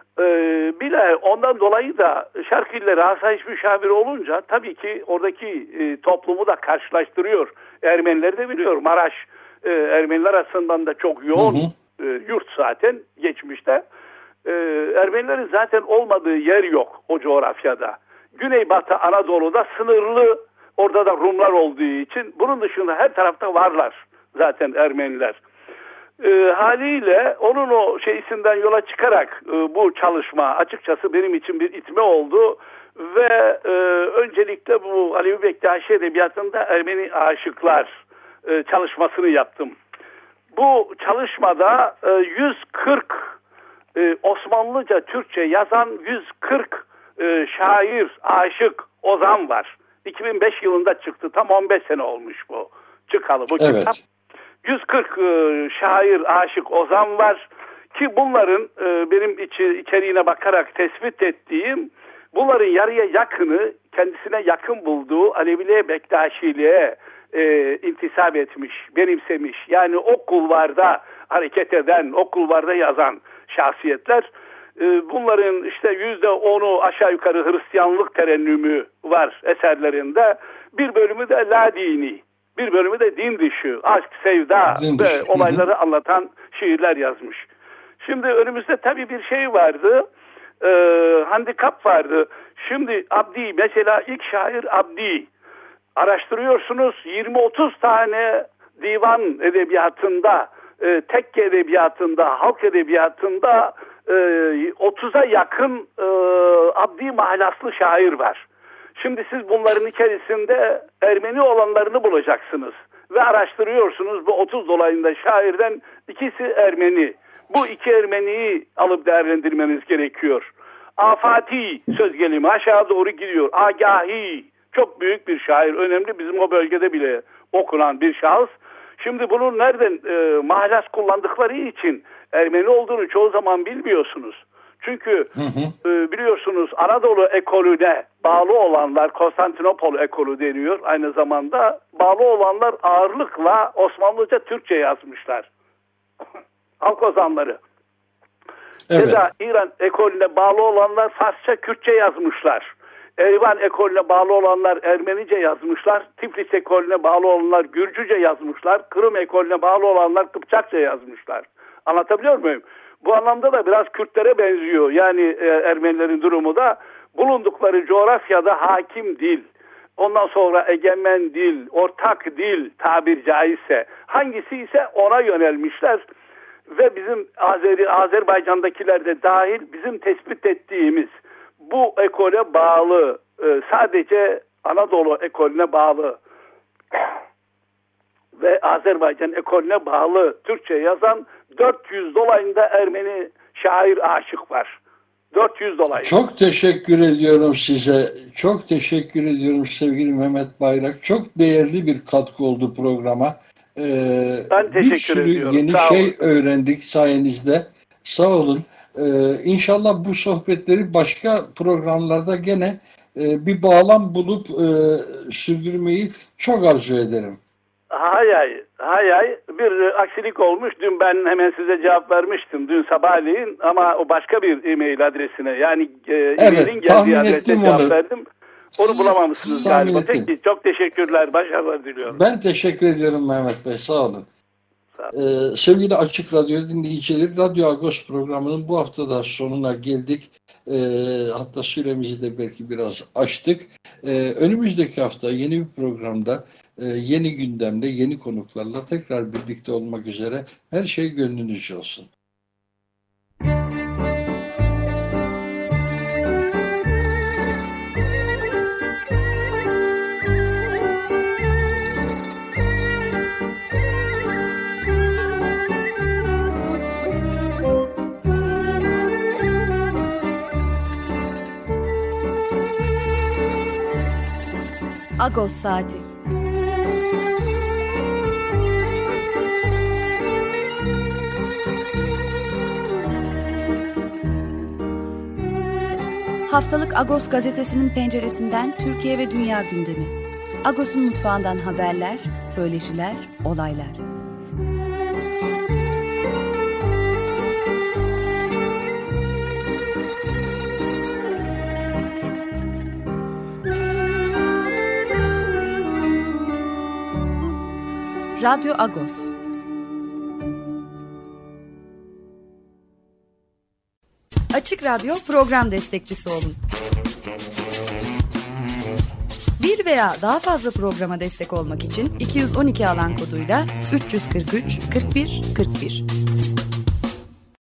ondan dolayı da Şarkilleri asayiş müşaviri olunca tabii ki oradaki toplumu da karşılaştırıyor. Ermenileri de biliyor. Maraş Ermeniler arasından da çok yoğun yurt zaten geçmişte. Ermenilerin zaten olmadığı yer yok o coğrafyada. Güneybatı Anadolu'da sınırlı, orada da Rumlar olduğu için bunun dışında her tarafta varlar zaten Ermeniler. Haliyle onun o şeysinden yola çıkarak bu çalışma açıkçası benim için bir itme oldu ve öncelikle bu Alevi Bektaşi Edebiyatı'nda Ermeni aşıklar çalışmasını yaptım. Bu çalışmada 140 Osmanlıca Türkçe yazan 140 şair, aşık, ozan var. 2005 yılında çıktı. Tam 15 sene olmuş bu çıkalı bu evet. kitap. 140 şair, aşık, ozan var ki bunların benim içeriğine bakarak tespit ettiğim, bunların yarıya yakını kendisine yakın bulduğu Aleviliğe, Bektaşiliğe intisap etmiş, benimsemiş. Yani o kulvarda hareket eden, o kulvarda yazan şahsiyetler. Bunların işte %10'u aşağı yukarı Hristiyanlık terennümü var eserlerinde. Bir bölümü de la dini, bir bölümü de din dışı, aşk, sevda ve olayları anlatan şiirler yazmış. Şimdi önümüzde tabii bir şey vardı, handikap vardı. Şimdi Abdi, mesela ilk şair Abdi. Araştırıyorsunuz, 20-30 tane divan edebiyatında, tekke edebiyatında, halk edebiyatında 30'a yakın Abdi mahlaslı şair var. Şimdi siz bunların içerisinde Ermeni olanlarını bulacaksınız. Ve araştırıyorsunuz, bu 30 dolayında şairden ikisi Ermeni. Bu iki Ermeniyi alıp değerlendirmeniz gerekiyor. Afati söz gelimi aşağı doğru gidiyor. Agahi çok büyük bir şair, önemli, bizim o bölgede bile okunan bir şahıs. Şimdi bunun nereden mahlas kullandıkları için Ermeni olduğunu çoğu zaman bilmiyorsunuz. Çünkü biliyorsunuz Anadolu ekolüne bağlı olanlar, Konstantinopol ekolü deniyor aynı zamanda, bağlı olanlar ağırlıkla Osmanlıca Türkçe yazmışlar. Halk ozanları. Evet. Ya da İran ekolüne bağlı olanlar Farsça, Kürtçe yazmışlar. Erivan ekolüne bağlı olanlar Ermenice yazmışlar. Tiflis ekolüne bağlı olanlar Gürcüce yazmışlar. Kırım ekolüne bağlı olanlar Kıpçakça yazmışlar. Anlatabiliyor muyum? Bu anlamda da biraz Kürtlere benziyor. Yani Ermenilerin durumu da bulundukları coğrafyada hakim dil, ondan sonra egemen dil, ortak dil tabir caizse, hangisi ise ona yönelmişler. Ve bizim Azerbaycan'dakiler de dahil bizim tespit ettiğimiz bu ekole bağlı, sadece Anadolu ekolüne bağlı ve Azerbaycan ekolüne bağlı Türkçe yazan 400 dolayında Ermeni şair, aşık var. 400 dolayında. Çok teşekkür ediyorum size. Çok teşekkür ediyorum sevgili Mehmet Bayrak. Çok değerli bir katkı oldu programa. Ben teşekkür bir sürü ediyorum. yeni şey öğrendik sayenizde. Sağ olun. İnşallah bu sohbetleri başka programlarda gene bir bağlam bulup sürdürmeyi çok arzu ederim. Hay bir aksilik olmuş. Dün ben hemen size cevap vermiştim. Dün sabahleyin ama o başka bir e-mail adresine, yani e-mailin geldiği adresine cevap verdim. Onu bulamamışsınız galiba. Peki, çok teşekkürler. Başarılar diliyorum. Ben teşekkür ediyorum Mehmet Bey. Sağ olun. Sevgili Açık Radyo dinleyicileri, Radyo Agos programının bu hafta da sonuna geldik. Hatta süremizi de belki biraz aştık. Önümüzdeki hafta yeni bir programda, yeni gündemle, yeni konuklarla tekrar birlikte olmak üzere. Her şey gönlünüzce olsun. Agos Saati. Haftalık Agos gazetesinin penceresinden Türkiye ve dünya gündemi. Agos'un mutfağından haberler, söyleşiler, olaylar. Radyo Agos. Açık Radyo program destekçisi olun. Bir veya daha fazla programa destek olmak için 212 alan koduyla 343 41 41.